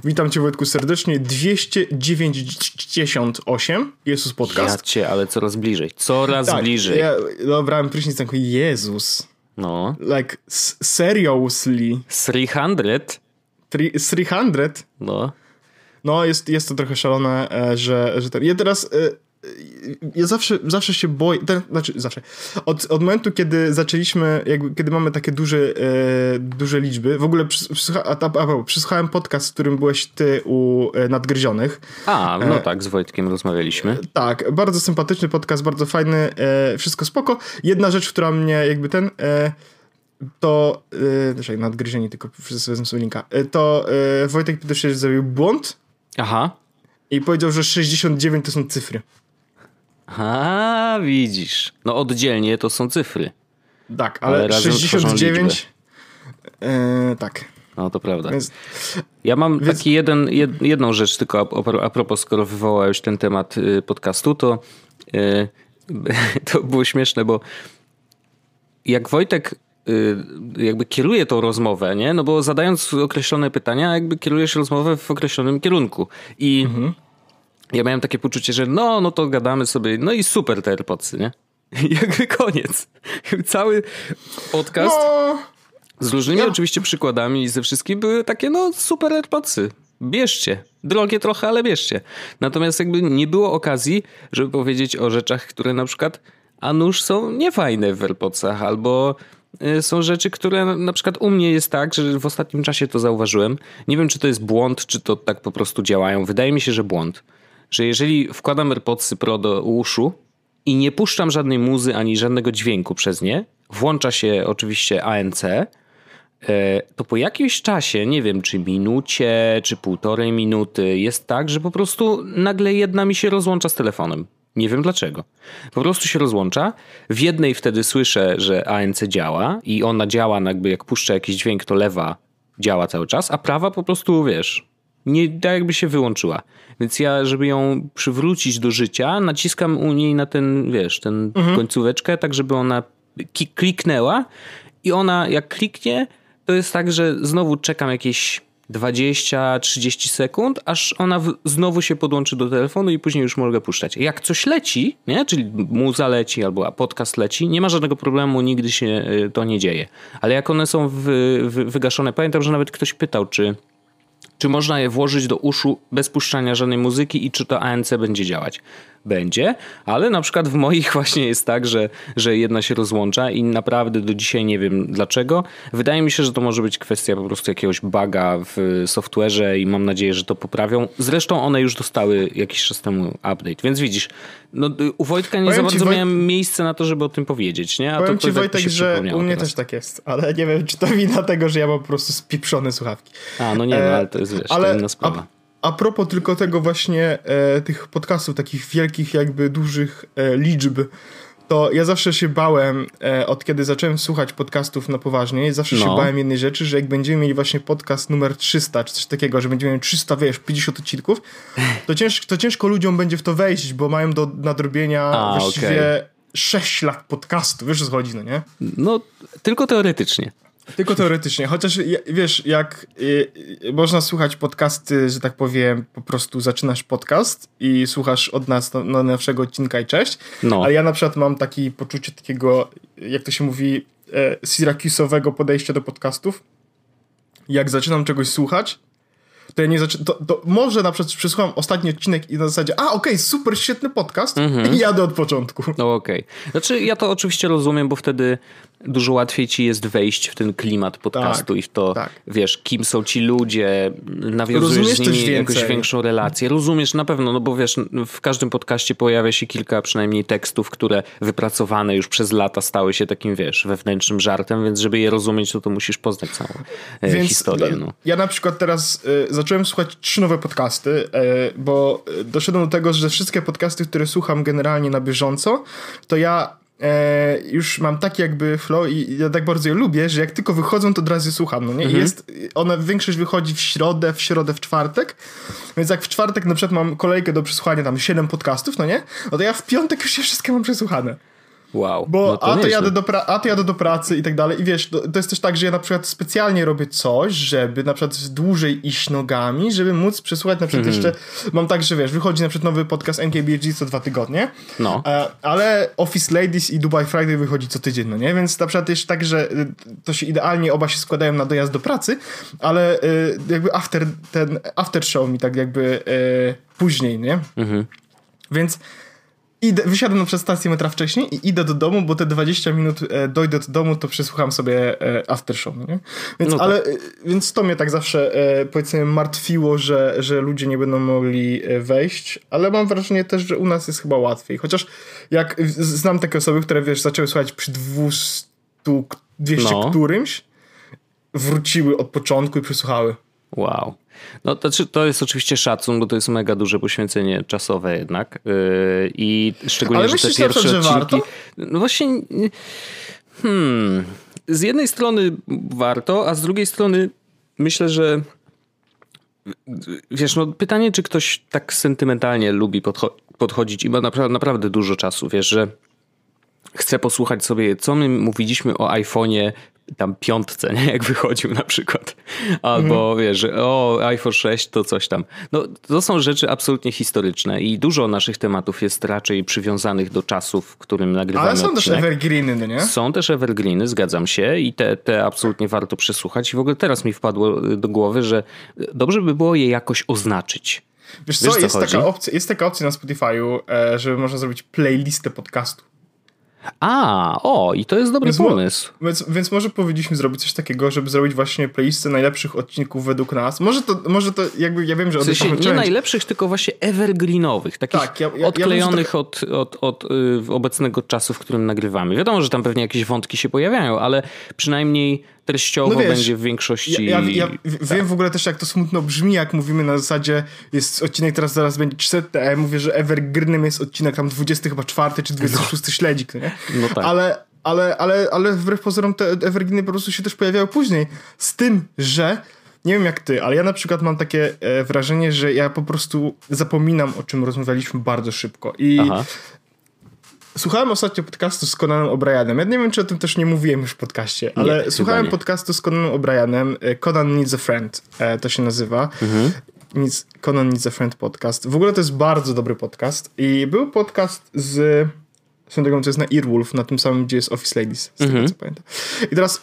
Witam cię, Wojtku, serdecznie. 298 Jezus Podcast. Ja cię, ale coraz bliżej. Coraz bliżej. Ja brałem prysznic, tak Jezus. No. Like, seriously. 300? 300? No. No, jest to trochę szalone, że ja teraz... Ja zawsze się boję, zawsze. Od momentu, kiedy zaczęliśmy, kiedy mamy takie duże liczby, w ogóle przysłuchałem podcast, w którym byłeś ty u Nadgryzionych. No tak, z Wojtkiem rozmawialiśmy. Tak, bardzo sympatyczny podcast, bardzo fajny, wszystko spoko. Jedna rzecz, która mnie to Nadgryzieni, tylko wezmę sobie linka, to Wojtek pytał się, że zrobił błąd. Aha. I powiedział, że 69 to są cyfry. Widzisz. No oddzielnie to są cyfry. Tak, ale 69... tak. No to prawda. Ja mam taki jedną rzecz tylko a propos, skoro wywołałeś ten temat podcastu, to było śmieszne, bo jak Wojtek jakby kieruje tą rozmowę, nie? No bo zadając określone pytania, jakby kierujesz rozmowę w określonym kierunku. I ja miałem takie poczucie, że no to gadamy sobie, no i super te AirPodsy, nie? I jakby koniec. Cały podcast z różnymi oczywiście przykładami i ze wszystkim były takie, super AirPodsy. Bierzcie. Drogie trochę, ale bierzcie. Natomiast jakby nie było okazji, żeby powiedzieć o rzeczach, które na przykład nuż są niefajne w AirPodsach, albo są rzeczy, które na przykład u mnie jest tak, że w ostatnim czasie to zauważyłem. Nie wiem, czy to jest błąd, czy to tak po prostu działają. Wydaje mi się, że błąd. Że jeżeli wkładam AirPodsy Pro do uszu i nie puszczam żadnej muzy ani żadnego dźwięku przez nie, włącza się oczywiście ANC, to po jakimś czasie, nie wiem, czy minucie, czy półtorej minuty, jest tak, że po prostu nagle jedna mi się rozłącza z telefonem. Nie wiem dlaczego. Po prostu się rozłącza. W jednej wtedy słyszę, że ANC działa i ona działa, jakby jak puszczę jakiś dźwięk, to lewa działa cały czas, a prawa po prostu, nie tak jakby się wyłączyła. Więc ja, żeby ją przywrócić do życia, naciskam u niej na ten, końcóweczkę, tak żeby ona kliknęła i ona jak kliknie, to jest tak, że znowu czekam jakieś 20-30 sekund, aż ona znowu się podłączy do telefonu i później już mogę puszczać. Jak coś leci, nie? Czyli muza leci albo podcast leci, nie ma żadnego problemu, nigdy się to nie dzieje. Ale jak one są wygaszone, pamiętam, że nawet ktoś pytał, czy można je włożyć do uszu bez puszczania żadnej muzyki i czy to ANC będzie działać. Będzie, ale na przykład w moich właśnie jest tak, że jedna się rozłącza i naprawdę do dzisiaj nie wiem dlaczego. Wydaje mi się, że to może być kwestia po prostu jakiegoś buga w software'ze i mam nadzieję, że to poprawią. Zresztą one już dostały jakiś czas temu update, więc widzisz, u Wojtka nie za bardzo miałem miejsce na to, żeby o tym powiedzieć, nie? A powiem to ci, Wojtek, że u mnie też tak jest, ale nie wiem, czy to wina tego, że ja mam po prostu spieprzone słuchawki. Ale to jest, to inna sprawa. A propos tylko tego właśnie tych podcastów, takich wielkich jakby dużych liczb, to ja zawsze się bałem, od kiedy zacząłem słuchać podcastów na poważnie, zawsze się bałem jednej rzeczy, że jak będziemy mieli właśnie podcast numer 300, czy coś takiego, że będziemy mieli 300, 50 odcinków, to ciężko ludziom będzie w to wejść, bo mają do nadrobienia właściwie 6 lat podcastu, wiesz o co chodzi, no nie? No, tylko teoretycznie. Tylko teoretycznie, chociaż jak można słuchać podcasty, że tak powiem, po prostu zaczynasz podcast i słuchasz od nas najnowszego odcinka i cześć, ale ja na przykład mam takie poczucie takiego, jak to się mówi, Syrakusowego podejścia do podcastów. Jak zaczynam czegoś słuchać, to ja nie to może na przykład przesłucham ostatni odcinek i na zasadzie super, świetny podcast i jadę od początku. Znaczy ja to oczywiście rozumiem, bo wtedy dużo łatwiej ci jest wejść w ten klimat podcastu i w to, kim są ci ludzie, nawiązujesz z nimi jakąś większą relację. Rozumiesz na pewno, no bo w każdym podcaście pojawia się kilka przynajmniej tekstów, które wypracowane już przez lata stały się takim, wewnętrznym żartem, więc żeby je rozumieć, to musisz poznać całą historię. Ja na przykład teraz zacząłem słuchać 3 nowe podcasty, bo doszedłem do tego, że wszystkie podcasty, które słucham generalnie na bieżąco, to ja już mam taki jakby flow i ja tak bardzo je lubię, że jak tylko wychodzą, to od razu słucham, no nie? Większość wychodzi w środę, w czwartek, więc jak w czwartek na przykład mam kolejkę do przesłuchania tam 7 podcastów, no nie? No to ja w piątek już je wszystkie mam przesłuchane. Wow. Bo no to jadę do pracy i tak dalej i wiesz, to jest też tak, że ja na przykład specjalnie robię coś, żeby na przykład dłużej iść nogami, żeby móc przesłuchać na przykład jeszcze, mam tak, że wiesz, wychodzi na przykład nowy podcast NKBHD co 2 tygodnie, ale Office Ladies i Dubai Friday wychodzi co tydzień, no nie? Więc na przykład jest tak, że to się idealnie oba się składają na dojazd do pracy, ale jakby after show mi tak jakby później, nie? Więc wysiadam na stację metra wcześniej i idę do domu, bo te 20 minut dojdę do domu, to przesłucham sobie after show, nie? Więc, więc to mnie tak zawsze powiedzmy martwiło, że ludzie nie będą mogli wejść, ale mam wrażenie też, że u nas jest chyba łatwiej. Chociaż jak znam takie osoby, które wiesz, zaczęły słuchać przy 200 którymś, wróciły od początku i przesłuchały. Wow. No to jest oczywiście szacun, bo to jest mega duże poświęcenie czasowe jednak. I szczególnie, ale że myślisz, te pierwsze że odcinki... warto? No właśnie... Z jednej strony warto, a z drugiej strony myślę, że wiesz, no pytanie, czy ktoś tak sentymentalnie lubi podchodzić i ma naprawdę dużo czasu, wiesz, że chce posłuchać sobie, co my mówiliśmy o iPhone'ie tam 5, nie? Jak wychodził na przykład. Albo wiesz, że iPhone 6 to coś tam. No to są rzeczy absolutnie historyczne i dużo naszych tematów jest raczej przywiązanych do czasów, w którym nagrywamy ale są odcinek. też evergreeny, no nie? Są też evergreeny, zgadzam się i te absolutnie warto przesłuchać i w ogóle teraz mi wpadło do głowy, że dobrze by było je jakoś oznaczyć. Wiesz co, jest taka opcja na Spotify'u, żeby można zrobić playlistę podcastu. I to jest dobry pomysł. Więc może powinniśmy zrobić coś takiego, żeby zrobić właśnie playlistę najlepszych odcinków według nas. Może to jakby, ja wiem, że... W sensie nie najlepszych, tylko właśnie evergreenowych. Takich odklejonych od obecnego czasu, w którym nagrywamy. Wiadomo, że tam pewnie jakieś wątki się pojawiają, ale przynajmniej treściowo będzie w większości... Ja wiem w ogóle też, jak to smutno brzmi, jak mówimy na zasadzie, jest odcinek, zaraz będzie 300, a ja mówię, że evergreenem jest odcinek tam 24 czy 26 śledzik, nie? No tak. Ale wbrew pozorom te evergreeny po prostu się też pojawiały później. Z tym, że nie wiem jak ty, ale ja na przykład mam takie wrażenie, że ja po prostu zapominam, o czym rozmawialiśmy bardzo szybko. Słuchałem ostatnio podcastu z Conanem O'Brienem. Ja nie wiem, czy o tym też nie mówiłem już w podcaście, ale słuchałem podcastu z Conanem O'Brienem. Conan Needs a Friend to się nazywa. Conan Needs a Friend podcast. W ogóle to jest bardzo dobry podcast. I był podcast z... Swoją drogą to jest na Earwolf, na tym samym, gdzie jest Office Ladies, z tego co pamiętam. I teraz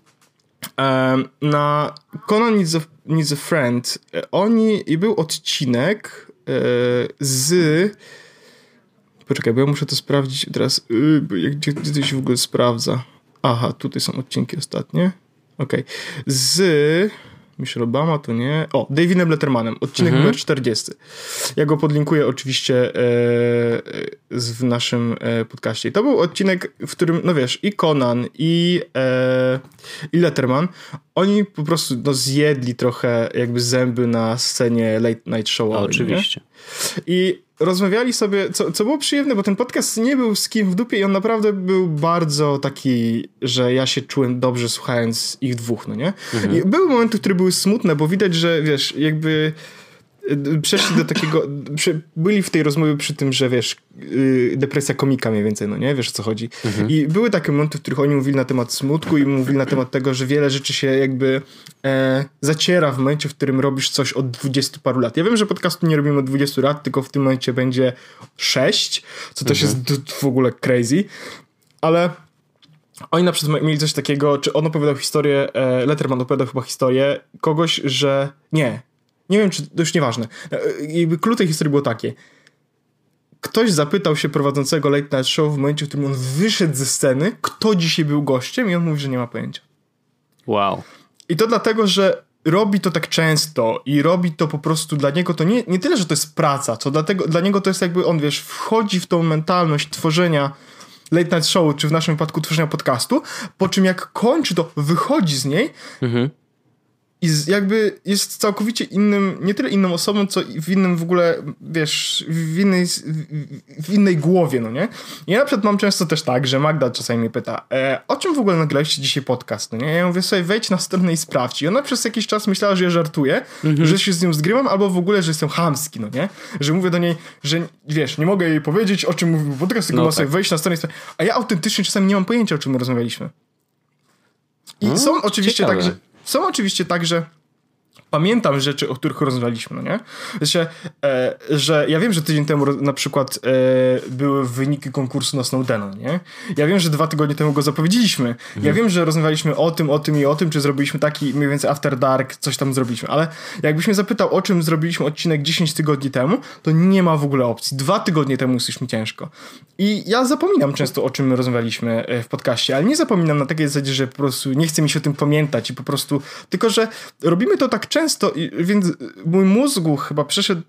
na Conan Needs a Friend i był odcinek z... Poczekaj, bo ja muszę to sprawdzić teraz. Gdzie to się w ogóle sprawdza? Aha, tutaj są odcinki ostatnie. Okej. Z Michelle Obama, to nie. Davinem Lettermanem. Odcinek numer 40. Ja go podlinkuję oczywiście w naszym podcaście. I to był odcinek, w którym, no wiesz, i Conan, i Letterman, oni po prostu zjedli trochę jakby zęby na scenie Late Night Show. Oczywiście. Nie? I rozmawiali sobie, co było przyjemne, bo ten podcast nie był z kim w dupie i on naprawdę był bardzo taki, że ja się czułem dobrze słuchając ich dwóch, no nie? I były momenty, które były smutne, bo widać, że wiesz, jakby przeszli do takiego, byli w tej rozmowie przy tym, że wiesz, depresja komika mniej więcej, no nie? Wiesz, o co chodzi. I były takie momenty, w których oni mówili na temat smutku i mówili na temat tego, że wiele rzeczy się jakby zaciera w momencie, w którym robisz coś od 20 paru lat. Ja wiem, że podcastu nie robimy od 20 lat, tylko w tym momencie będzie 6, co też jest w ogóle crazy, ale oni na przykład mieli coś takiego, czy on opowiadał historię, Letterman opowiadał chyba historię kogoś, że nie wiem, czy to już nieważne. Jakby klucz tej historii było takie. Ktoś zapytał się prowadzącego Late Night Show w momencie, w którym on wyszedł ze sceny, kto dzisiaj był gościem i on mówi, że nie ma pojęcia. Wow. I to dlatego, że robi to tak często i robi to po prostu dla niego, to nie tyle, że to jest praca, co dla niego to jest jakby on, wiesz, wchodzi w tą mentalność tworzenia Late Night Show, czy w naszym wypadku tworzenia podcastu, po czym jak kończy to, wychodzi z niej i jakby jest całkowicie innym, nie tyle inną osobą, co w innym w ogóle, wiesz, w innej głowie, no nie? Ja na przykład mam często też tak, że Magda czasami mnie pyta, o czym w ogóle nagraliście dzisiaj podcast, no nie? Ja mówię sobie, wejdź na stronę i sprawdź. I ona przez jakiś czas myślała, że ja żartuję, że się z nią zgrywam, albo w ogóle, że jestem chamski, no nie? Że mówię do niej, że wiesz, nie mogę jej powiedzieć, o czym mówił podcast, tylko ma sobie wejść na stronę i sprawdzić. A ja autentycznie czasami nie mam pojęcia, o czym my rozmawialiśmy. I są oczywiście tak, że pamiętam rzeczy, o których rozmawialiśmy, no nie? Że ja wiem, że tydzień temu na przykład były wyniki konkursu na Snowdena, nie? Ja wiem, że 2 tygodnie temu go zapowiedzieliśmy. Ja wiem, że rozmawialiśmy o tym, czy zrobiliśmy taki mniej więcej After Dark, coś tam zrobiliśmy, ale jakbyś mnie zapytał, o czym zrobiliśmy odcinek 10 tygodni temu, to nie ma w ogóle opcji. 2 tygodnie temu jest już mi ciężko. I ja zapominam często, o czym my rozmawialiśmy w podcaście, ale nie zapominam na takiej zasadzie, że po prostu nie chce mi się o tym pamiętać i po prostu, tylko że robimy to tak często, więc mój mózgu chyba przeszedł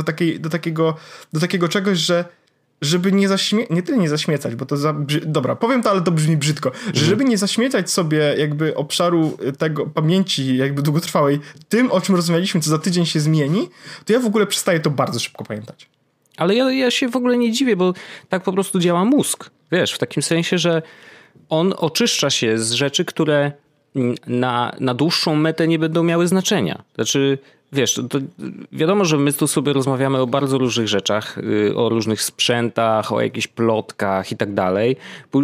do takiego czegoś, że żeby nie tyle nie zaśmiecać, bo to dobra, powiem to, ale to brzmi brzydko, że żeby nie zaśmiecać sobie jakby obszaru tego pamięci jakby długotrwałej tym, o czym rozmawialiśmy, co za tydzień się zmieni, to ja w ogóle przestaję to bardzo szybko pamiętać. Ale ja się w ogóle nie dziwię, bo tak po prostu działa mózg. Wiesz, w takim sensie, że on oczyszcza się z rzeczy, które na dłuższą metę nie będą miały znaczenia. Znaczy, wiesz, to wiadomo, że my tu sobie rozmawiamy o bardzo różnych rzeczach, o różnych sprzętach, o jakichś plotkach i tak dalej.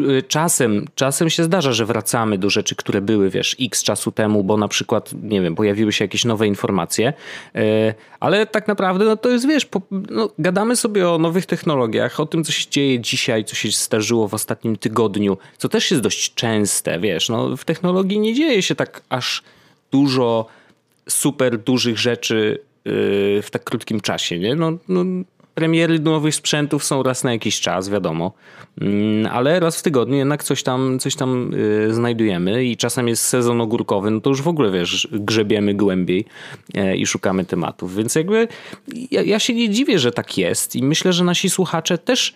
Czasem się zdarza, że wracamy do rzeczy, które były, wiesz, x czasu temu, bo na przykład, nie wiem, pojawiły się jakieś nowe informacje, ale tak naprawdę, no to jest, wiesz, gadamy sobie o nowych technologiach, o tym, co się dzieje dzisiaj, co się zdarzyło w ostatnim tygodniu, co też jest dość częste, wiesz, no w technologii nie dzieje się tak aż dużo super dużych rzeczy w tak krótkim czasie, nie? No, premiery nowych sprzętów są raz na jakiś czas, wiadomo, ale raz w tygodniu jednak coś tam znajdujemy i czasem jest sezon ogórkowy, no to już w ogóle, wiesz, grzebiemy głębiej i szukamy tematów, więc jakby ja się nie dziwię, że tak jest i myślę, że nasi słuchacze też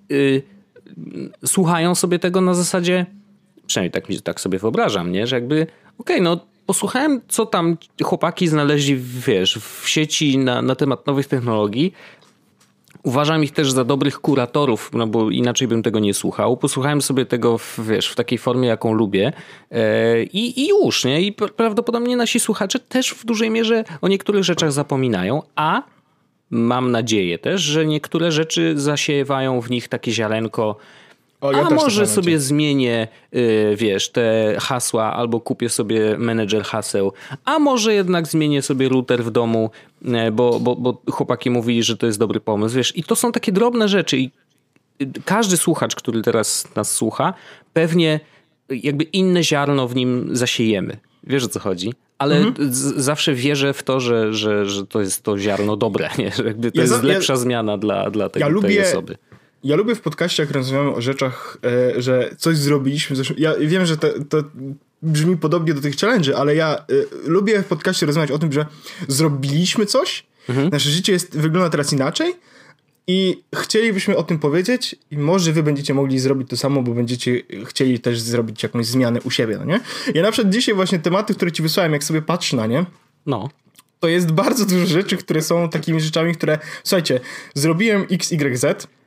słuchają sobie tego na zasadzie, przynajmniej tak sobie wyobrażam, nie? Że jakby okej, no posłuchałem, co tam chłopaki znaleźli, wiesz, w sieci na temat nowych technologii. Uważam ich też za dobrych kuratorów, no bo inaczej bym tego nie słuchał. Posłuchałem sobie tego, w takiej formie, jaką lubię i już, nie? I prawdopodobnie nasi słuchacze też w dużej mierze o niektórych rzeczach zapominają, a mam nadzieję też, że niektóre rzeczy zasiewają w nich takie ziarenko. A może sobie zmienię, wiesz, te hasła albo kupię sobie menedżer haseł, a może jednak zmienię sobie router w domu, bo chłopaki mówili, że to jest dobry pomysł, wiesz. I to są takie drobne rzeczy i każdy słuchacz, który teraz nas słucha, pewnie jakby inne ziarno w nim zasiejemy. Wiesz, o co chodzi? Ale zawsze wierzę w to, że to jest to ziarno dobre, nie? Że jakby to jest lepsza zmiana dla tej osoby. Ja lubię w podcaście, jak rozmawiamy o rzeczach, że coś zrobiliśmy. Ja wiem, że to brzmi podobnie do tych challenge'y, ale ja lubię w podcaście rozmawiać o tym, że zrobiliśmy coś, nasze życie wygląda teraz inaczej i chcielibyśmy o tym powiedzieć i może wy będziecie mogli zrobić to samo, bo będziecie chcieli też zrobić jakąś zmianę u siebie, no nie? Ja na przykład dzisiaj właśnie tematy, które ci wysłałem, jak sobie patrzę na nie, to jest bardzo dużo rzeczy, które są takimi rzeczami, które, słuchajcie, zrobiłem XYZ,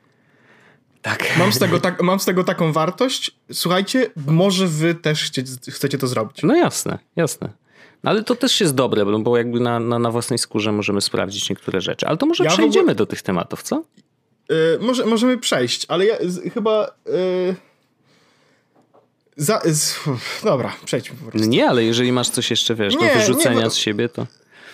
tak. Mam z tego taką wartość. Słuchajcie, może wy też chcecie to zrobić. No jasne. No ale to też jest dobre, bo jakby na własnej skórze możemy sprawdzić niektóre rzeczy. Ale to może przejdziemy do tych tematów, co? Możemy przejść, ale ja chyba... Dobra, przejdźmy po prostu. Nie, ale jeżeli masz coś jeszcze, wiesz, do wyrzucenia z siebie, to...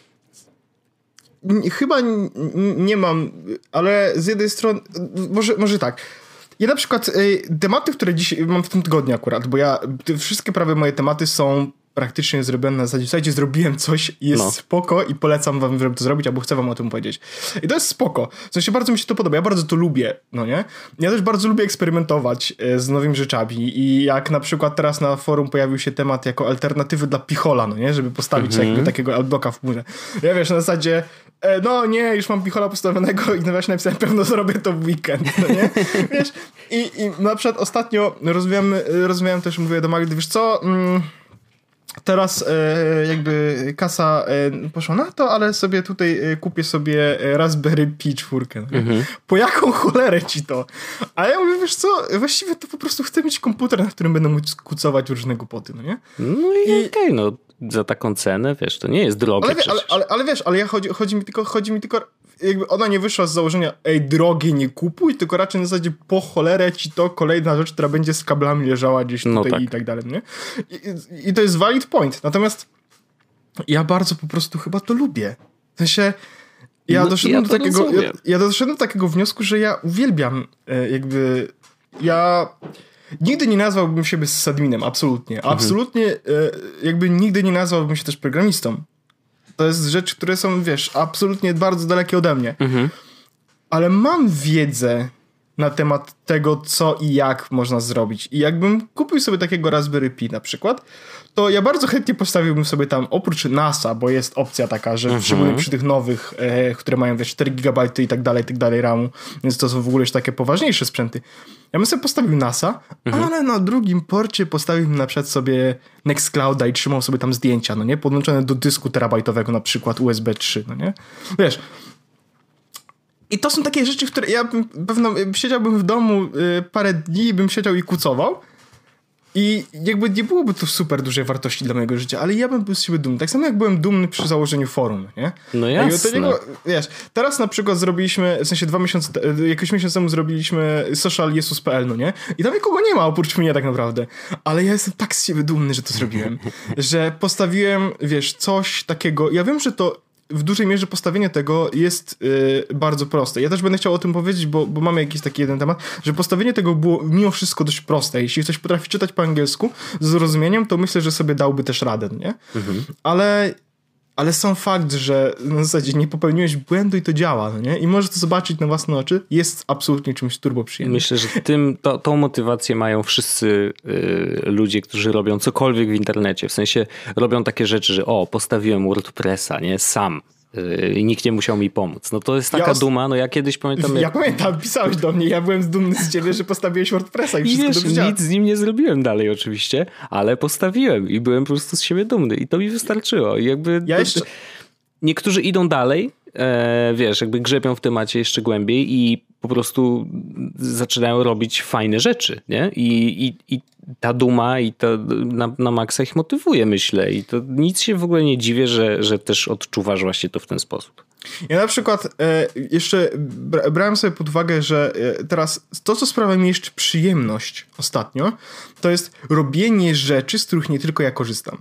Chyba nie mam, ale z jednej strony, może tak. Ja na przykład tematy, które dzisiaj mam w tym tygodniu akurat, bo wszystkie prawie moje tematy są praktycznie zrobione na zasadzie, słuchajcie, zrobiłem coś, jest spoko i polecam wam, żeby to zrobić, albo chcę wam o tym powiedzieć. I to jest spoko. W sensie bardzo mi się to podoba, ja bardzo to lubię, no nie? Ja też bardzo lubię eksperymentować z nowymi rzeczami i jak na przykład teraz na forum pojawił się temat jako alternatywy dla Pichola, no nie? Żeby postawić jakby takiego adblocka w murze. Ja wiesz, na zasadzie no nie, już mam Pichola postawionego i właśnie napisałem, pewno zrobię to w weekend, no nie? Wiesz? I na przykład ostatnio rozmawiałem też, mówię do Magdy, wiesz co... teraz jakby kasa poszła na to, ale sobie tutaj kupię sobie Raspberry Pi 4. Po jaką cholerę ci to? A ja mówię, wiesz co, właściwie to po prostu chcę mieć komputer, na którym będę móc kucować różne głupoty, no nie? No i okej, no za taką cenę, wiesz, to nie jest drogie ale wiesz, ale chodzi mi tylko jakby ona nie wyszła z założenia drogie nie kupuj, tylko raczej na zasadzie po cholerę ci to kolejna rzecz, która będzie z kablami leżała gdzieś tutaj i tak dalej, nie? I to jest valid point. Natomiast ja bardzo po prostu chyba to lubię. W sensie ja doszedłem do takiego wniosku, że ja uwielbiam nigdy nie nazwałbym siebie sysadminem, absolutnie. Absolutnie jakby nigdy nie nazwałbym się też programistą. To jest rzeczy, które są, wiesz, absolutnie bardzo dalekie ode mnie. Ale mam wiedzę na temat tego, co i jak można zrobić. I jakbym kupił sobie takiego Raspberry Pi na przykład, to ja bardzo chętnie postawiłbym sobie tam, oprócz NASA, bo jest opcja taka, że szczególnie przy tych nowych, które mają, wiesz, 4 GB i tak dalej RAMu, więc to są w ogóle już takie poważniejsze sprzęty. Ja bym sobie postawił NASA, ale na drugim porcie postawiłbym na przykład sobie Nextclouda i trzymał sobie tam zdjęcia, no nie? Podłączone do dysku terabajtowego, na przykład USB 3, no nie? Wiesz... I to są takie rzeczy, które ja siedziałbym w domu parę dni, bym siedział i kucował i jakby nie byłoby to super dużej wartości dla mojego życia, ale ja bym był z siebie dumny. Tak samo jak byłem dumny przy założeniu forum, nie? No jasne. Wiesz, teraz na przykład zrobiliśmy, w sensie jakiś miesiąc temu zrobiliśmy social jesus.pl, no nie? I tam nikogo nie ma oprócz mnie tak naprawdę. Ale ja jestem tak z siebie dumny, że to zrobiłem. Że postawiłem, wiesz, coś takiego. Ja wiem, że to w dużej mierze postawienie tego jest bardzo proste. Ja też będę chciał o tym powiedzieć, bo mamy jakiś taki jeden temat, że postawienie tego było mimo wszystko dość proste. Jeśli ktoś potrafi czytać po angielsku z zrozumieniem, to myślę, że sobie dałby też radę, nie? Ale sam fakt, że na zasadzie nie popełniłeś błędu i to działa, no nie? I możesz to zobaczyć na własne oczy, jest absolutnie czymś turbo przyjemnym. Myślę, że tą motywację mają wszyscy ludzie, którzy robią cokolwiek w internecie. W sensie robią takie rzeczy, że postawiłem WordPressa, nie? Sam. I nikt nie musiał mi pomóc. No to jest taka duma, no ja kiedyś pamiętam... Ja pamiętam, pisałeś do mnie, ja byłem dumny z ciebie, że postawiłeś WordPressa i wszystko wiesz, dobrze działa. Nic z nim nie zrobiłem dalej oczywiście, ale postawiłem i byłem po prostu z siebie dumny i to mi wystarczyło. I jakby niektórzy idą dalej, wiesz, jakby grzebią w temacie jeszcze głębiej i po prostu zaczynają robić fajne rzeczy, nie? I ta duma i to na maksa ich motywuje, myślę. I to nic się w ogóle nie dziwię, że też odczuwasz właśnie to w ten sposób. Ja na przykład jeszcze brałem sobie pod uwagę, że teraz to, co sprawia mi jeszcze przyjemność ostatnio, to jest robienie rzeczy, z których nie tylko ja korzystam.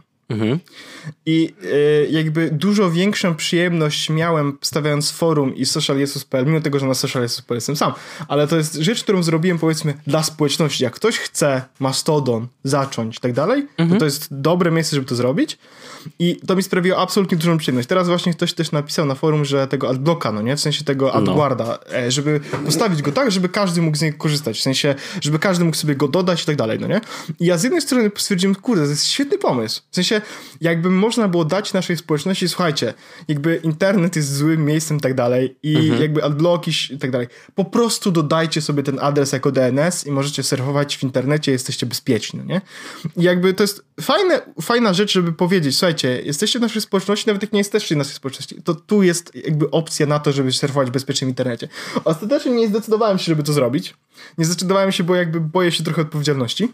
I jakby dużo większą przyjemność miałem stawiając forum i social jesus.pl, mimo tego, że na social jesus.pl jestem sam, ale to jest rzecz, którą zrobiłem powiedzmy dla społeczności. Jak ktoś chce Mastodon zacząć i tak dalej, to jest dobre miejsce, żeby to zrobić i to mi sprawiło absolutnie dużą przyjemność. Teraz właśnie ktoś też napisał na forum, że tego adblocka, no nie? W sensie tego adguarda, żeby postawić go tak, żeby każdy mógł z niego korzystać, w sensie, żeby każdy mógł sobie go dodać i tak dalej, no nie? I ja z jednej strony stwierdziłem, kurde, to jest świetny pomysł. W sensie, jakby można było dać naszej społeczności, słuchajcie, jakby internet jest złym miejscem i tak dalej i jakby adblocki i tak dalej. Po prostu dodajcie sobie ten adres jako DNS i możecie surfować w internecie, jesteście bezpieczni, no nie? I jakby to jest fajna rzecz, żeby powiedzieć, słuchajcie, jesteście w naszej społeczności, nawet jak nie jesteście w naszej społeczności, to tu jest jakby opcja na to, żeby surfować bezpiecznie w internecie. Ostatecznie nie zdecydowałem się, żeby to zrobić. Nie zdecydowałem się, bo jakby boję się trochę odpowiedzialności.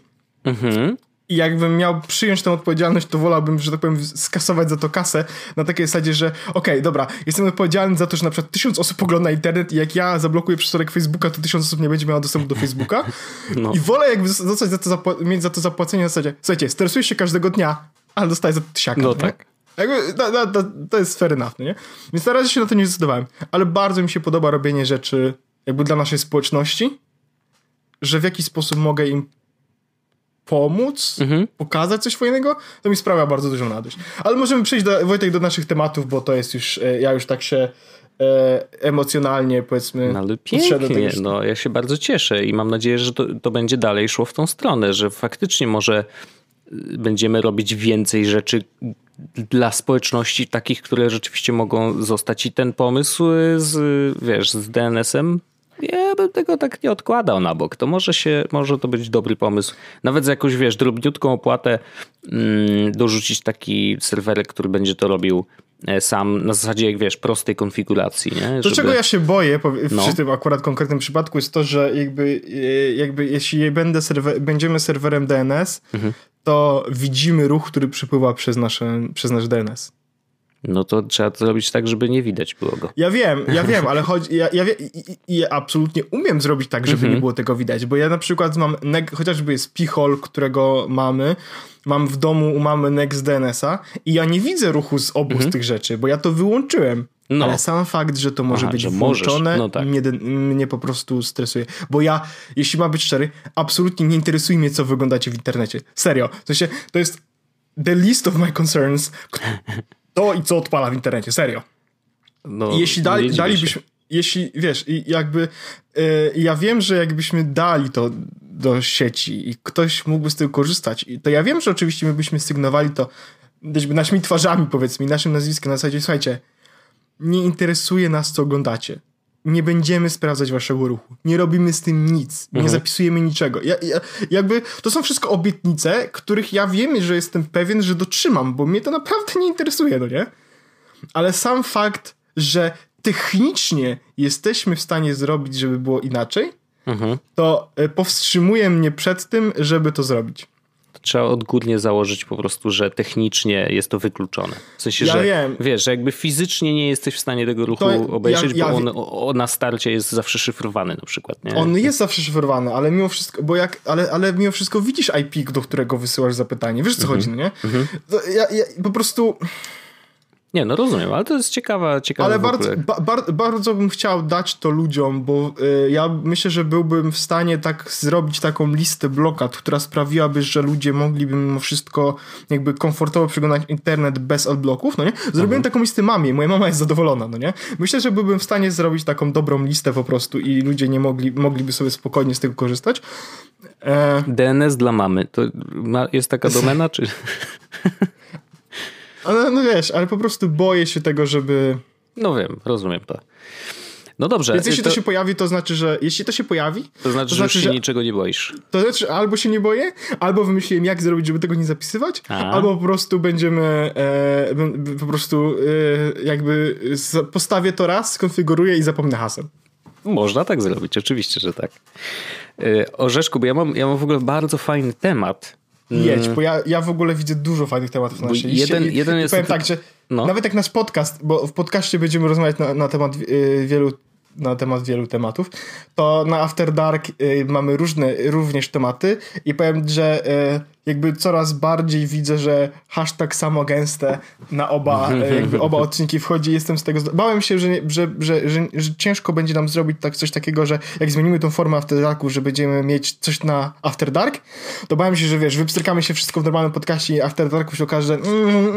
I jakbym miał przyjąć tę odpowiedzialność, to wolałbym, że tak powiem, skasować za to kasę na takiej zasadzie, że okej, dobra, jestem odpowiedzialny za to, że na przykład 1000 osób ogląda internet i jak ja zablokuję przesorek Facebooka, to 1000 osób nie będzie miało dostępu do Facebooka. I wolę jakby zostać mieć za to zapłacenie na zasadzie, słuchajcie, stresujesz się każdego dnia, ale dostaję za to tysiaka. No tak. Jakby, to jest fair enough, nie? Więc na razie się na to nie zdecydowałem. Ale bardzo mi się podoba robienie rzeczy jakby dla naszej społeczności, że w jakiś sposób mogę im pomóc, pokazać coś fajnego, to mi sprawia bardzo dużą radość. Ale możemy przejść, Wojtek, do naszych tematów, bo to jest już, ja już tak się emocjonalnie, powiedzmy, no, ale pięknie, no ja się bardzo cieszę i mam nadzieję, że to będzie dalej szło w tą stronę, że faktycznie może będziemy robić więcej rzeczy dla społeczności, takich, które rzeczywiście mogą zostać i ten pomysł z DNS-em Ja bym tego tak nie odkładał na bok. To może to być dobry pomysł. Nawet za jakąś, wiesz, drobniutką opłatę dorzucić taki serwerek, który będzie to robił sam na zasadzie, jak wiesz, prostej konfiguracji. Nie? To czego ja się boję przy tym akurat konkretnym przypadku jest to, że jakby jeśli będziemy serwerem DNS, to widzimy ruch, który przepływa przez nasz DNS. No to trzeba to zrobić tak, żeby nie widać było go. Ja wiem, ale ja absolutnie umiem zrobić tak, żeby nie było tego widać, bo ja na przykład mam, chociażby jest P-hole, którego mam w domu u mamy Next DNS-a i ja nie widzę ruchu z obu z tych rzeczy, bo ja to wyłączyłem. No. Ale sam fakt, że to może być włączone, mnie po prostu stresuje. Bo ja, jeśli mam być szczery, absolutnie nie interesuje mnie, co wyglądacie w internecie. Serio. W sensie, to jest the least of my concerns. To i co odpala w internecie, serio. No, jeśli dalibyśmy, jeśli wiesz, jakby ja wiem, że jakbyśmy dali to do sieci i ktoś mógłby z tego korzystać, to ja wiem, że oczywiście my byśmy sygnowali to naszymi twarzami, powiedzmy, naszym nazwiskiem na zasadzie, słuchajcie, nie interesuje nas, co oglądacie. Nie będziemy sprawdzać waszego ruchu. Nie robimy z tym nic. Nie zapisujemy niczego. Jakby to są wszystko obietnice, których ja wiem, że jestem pewien, że dotrzymam, bo mnie to naprawdę nie interesuje, no nie? Ale sam fakt, że technicznie jesteśmy w stanie zrobić, żeby było inaczej, to powstrzymuje mnie przed tym, żeby to zrobić. Trzeba odgórnie założyć po prostu, że technicznie jest to wykluczone. W sensie, że wiem. Wiesz, że jakby fizycznie nie jesteś w stanie tego ruchu obejrzeć, bo on na starcie jest zawsze szyfrowany na przykład. Nie? On jest zawsze szyfrowany, ale mimo wszystko, ale mimo wszystko widzisz IP, do którego wysyłasz zapytanie. Wiesz, co chodzi, no nie? Ja po prostu... Nie, no rozumiem, ale to jest ciekawa ale bardzo bym chciał dać to ludziom, bo ja myślę, że byłbym w stanie tak zrobić taką listę blokad, która sprawiłaby, że ludzie mogliby mimo wszystko jakby komfortowo przeglądać internet bez adblocków, no nie? Zrobiłem taką listę mamie, moja mama jest zadowolona, no nie? Myślę, że byłbym w stanie zrobić taką dobrą listę po prostu i ludzie nie mogliby sobie spokojnie z tego korzystać. DNS dla mamy, to jest taka domena, czy... Ale no wiesz, ale po prostu boję się tego, żeby... No wiem, rozumiem to. No dobrze. Więc jeśli to się pojawi, to znaczy, że... Jeśli to się pojawi... To znaczy, że już się niczego nie boisz. To znaczy, albo się nie boję, albo wymyśliłem, jak zrobić, żeby tego nie zapisywać, albo po prostu będziemy... jakby postawię to raz, skonfiguruję i zapomnę haseł. Można tak zrobić, oczywiście, że tak. Orzeszku, bo ja mam w ogóle bardzo fajny temat. Jedź, bo ja w ogóle widzę dużo fajnych tematów na naszej liście. Jeden jest powiem tak, że nawet jak nasz podcast, bo w podcaście będziemy rozmawiać na temat wielu tematów, to na After Dark mamy różne również tematy i powiem, że jakby coraz bardziej widzę, że hashtag samo gęste na oba odcinki wchodzi. Jestem z tego... Bałem się, że ciężko będzie nam zrobić coś takiego, że jak zmienimy tą formę After Darku, że będziemy mieć coś na After Dark, to bałem się, że wiesz, wypstrykamy się wszystko w normalnym podcaście i After Darku się okaże, że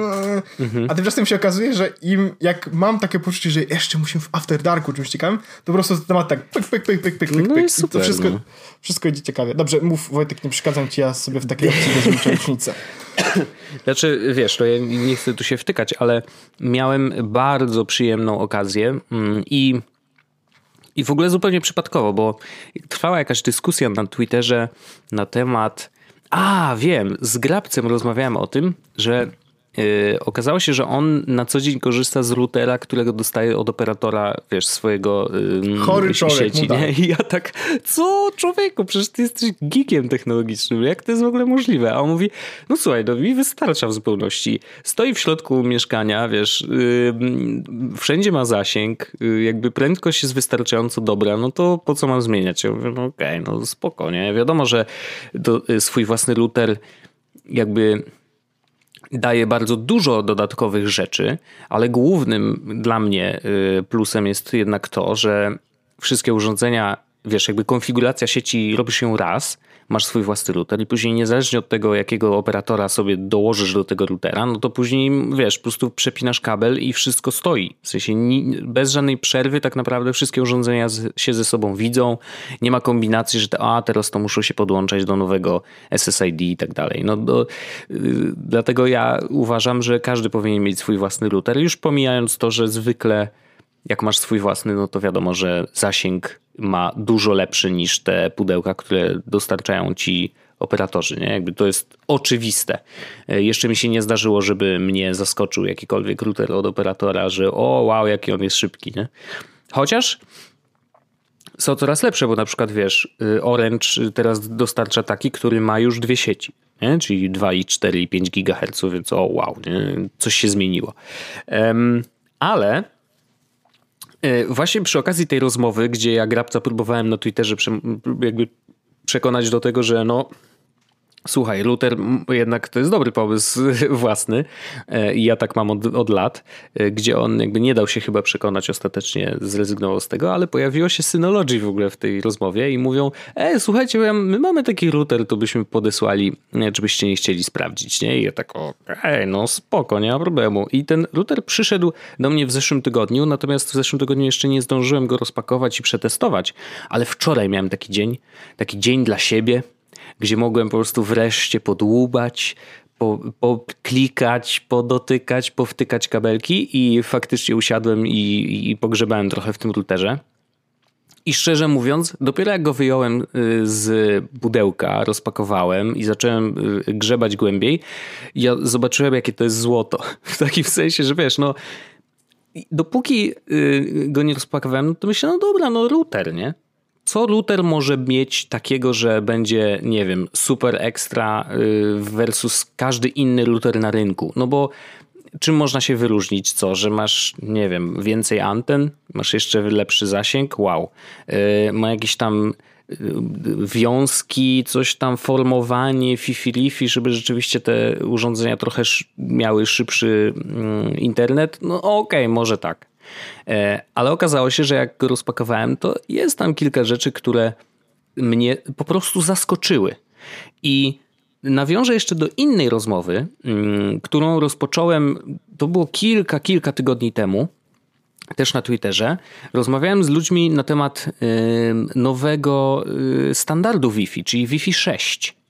a tymczasem się okazuje, że jak mam takie poczucie, że jeszcze musimy w After Darku czymś ciekawym, to po prostu temat tak pyk. No i super, to wszystko idzie ciekawie. Dobrze, mów Wojtek, nie przeszkadzam ci, ja sobie w takiej opcji wezmę rocznicę. Znaczy, wiesz, to ja nie chcę tu się wtykać, ale miałem bardzo przyjemną okazję i w ogóle zupełnie przypadkowo, bo trwała jakaś dyskusja na Twitterze na temat... wiem, z Grabcem rozmawiałem o tym, że okazało się, że on na co dzień korzysta z routera, którego dostaje od operatora, wiesz, swojego sieci. Nie? I ja tak, co człowieku, przecież ty jesteś geekiem technologicznym, jak to jest w ogóle możliwe? A on mówi, no słuchaj, mi wystarcza w zupełności. Stoi w środku mieszkania, wiesz, wszędzie ma zasięg, jakby prędkość jest wystarczająco dobra, no to po co mam zmieniać? Ja mówię, no okej, no spoko, nie? Wiadomo, że swój własny router jakby... daje bardzo dużo dodatkowych rzeczy, ale głównym dla mnie plusem jest jednak to, że wszystkie urządzenia, wiesz, jakby konfiguracja sieci robi się raz, masz swój własny router i później niezależnie od tego, jakiego operatora sobie dołożysz do tego routera, no to później, wiesz, po prostu przepinasz kabel i wszystko stoi. W sensie bez żadnej przerwy tak naprawdę wszystkie urządzenia się ze sobą widzą. Nie ma kombinacji, że teraz to muszą się podłączać do nowego SSID i tak dalej. Dlatego ja uważam, że każdy powinien mieć swój własny router. Już pomijając to, że zwykle jak masz swój własny, no to wiadomo, że zasięg ma dużo lepszy niż te pudełka, które dostarczają ci operatorzy, nie? Jakby to jest oczywiste. Jeszcze mi się nie zdarzyło, żeby mnie zaskoczył jakikolwiek router od operatora, że o wow, jaki on jest szybki, nie? Chociaż są coraz lepsze, bo na przykład wiesz, Orange teraz dostarcza taki, który ma już 2 sieci, nie? Czyli 2 i 4 i 5 GHz, więc o wow, nie? Coś się zmieniło. Ale właśnie przy okazji tej rozmowy, gdzie ja Grabca próbowałem na Twitterze jakby przekonać do tego, że no słuchaj, router jednak to jest dobry pomysł własny i ja tak mam od lat, gdzie on jakby nie dał się chyba przekonać, ostatecznie zrezygnował z tego, ale pojawiło się Synology w ogóle w tej rozmowie i mówią, słuchajcie, my mamy taki router, to byśmy podesłali, czy byście nie chcieli sprawdzić, nie? I ja tak, no spoko, nie ma problemu. I ten router przyszedł do mnie w zeszłym tygodniu, natomiast w zeszłym tygodniu jeszcze nie zdążyłem go rozpakować i przetestować, ale wczoraj miałem taki dzień dla siebie, gdzie mogłem po prostu wreszcie podłubać, poklikać, podotykać, powtykać kabelki i faktycznie usiadłem i pogrzebałem trochę w tym routerze. I szczerze mówiąc, dopiero jak go wyjąłem z pudełka, rozpakowałem i zacząłem grzebać głębiej, ja zobaczyłem, jakie to jest złoto. W takim sensie, że wiesz, no dopóki go nie rozpakowałem, no to myślę, no dobra, no router, nie? Co router może mieć takiego, że będzie, nie wiem, super ekstra versus każdy inny router na rynku? No bo czym można się wyróżnić? Co? Że masz, nie wiem, więcej anten? Masz jeszcze lepszy zasięg? Wow. Ma jakieś tam wiązki, coś tam, formowanie, fifi-lifi, żeby rzeczywiście te urządzenia trochę miały szybszy internet? No okej, może tak. Ale okazało się, że jak go rozpakowałem, to jest tam kilka rzeczy, które mnie po prostu zaskoczyły. I nawiążę jeszcze do innej rozmowy, którą rozpocząłem, to było kilka tygodni temu, też na Twitterze. Rozmawiałem z ludźmi na temat nowego standardu Wi-Fi, czyli Wi-Fi 6.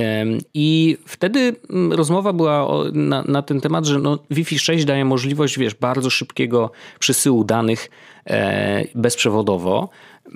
I wtedy rozmowa była na ten temat, że no Wi-Fi 6 daje możliwość, wiesz, bardzo szybkiego przesyłu danych bezprzewodowo.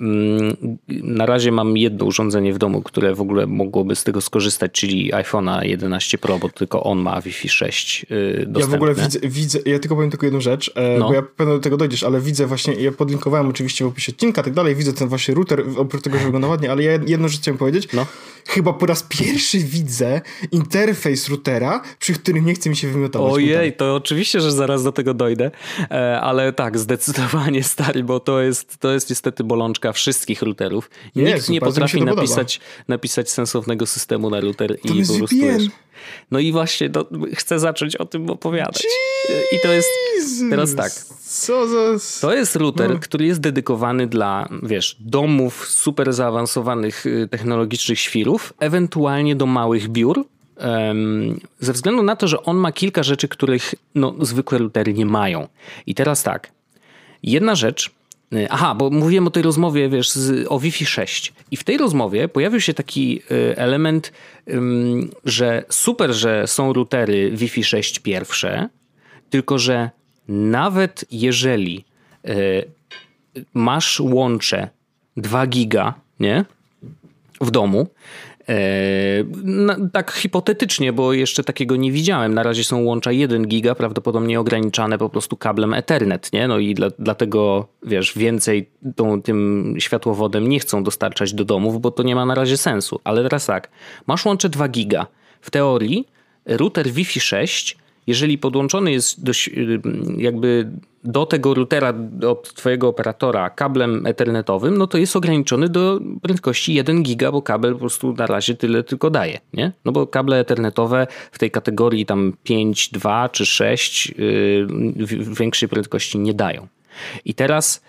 Na razie mam jedno urządzenie w domu, które w ogóle mogłoby z tego skorzystać, czyli iPhone'a 11 Pro, bo tylko on ma Wi-Fi 6 dostępne. Ja w ogóle widzę, ja tylko powiem tylko jedną rzecz, bo ja pewno do tego dojdziesz, ale widzę właśnie, ja podlinkowałem oczywiście w opisie odcinka, tak dalej, widzę ten właśnie router, oprócz tego, że wygląda ładnie, ale ja jedną rzecz chciałem powiedzieć. No. Chyba po raz pierwszy widzę interfejs routera, przy którym nie chce mi się wymiotować. Ojej, to oczywiście, że zaraz do tego dojdę, ale tak, zdecydowanie stary, bo to jest niestety bolączka wszystkich routerów. Nikt nie potrafi napisać sensownego systemu na router to i po prostu wiesz. No i właśnie chcę zacząć o tym opowiadać. I to jest teraz tak. To jest router, który jest dedykowany dla, wiesz, domów super zaawansowanych technologicznych świrów, ewentualnie do małych biur, ze względu na to, że on ma kilka rzeczy, których zwykłe routery nie mają. I teraz tak. Jedna rzecz. Bo mówiłem o tej rozmowie, wiesz, o Wi-Fi 6. I w tej rozmowie pojawił się taki element, że super, że są routery Wi-Fi 6 pierwsze, tylko że nawet jeżeli masz łącze 2 giga, nie? W domu, tak hipotetycznie, bo jeszcze takiego nie widziałem. Na razie są łącza 1 giga, prawdopodobnie ograniczane po prostu kablem Ethernet, nie? No i dlatego, wiesz, więcej tym światłowodem nie chcą dostarczać do domów, bo to nie ma na razie sensu. Ale teraz tak, masz łącze 2 giga. W teorii router Wi-Fi 6, jeżeli podłączony jest jakby do tego routera od twojego operatora kablem ethernetowym, no to jest ograniczony do prędkości 1 giga, bo kabel po prostu na razie tyle tylko daje, nie? No bo kable ethernetowe w tej kategorii tam 5, 2 czy 6 większej prędkości nie dają. I teraz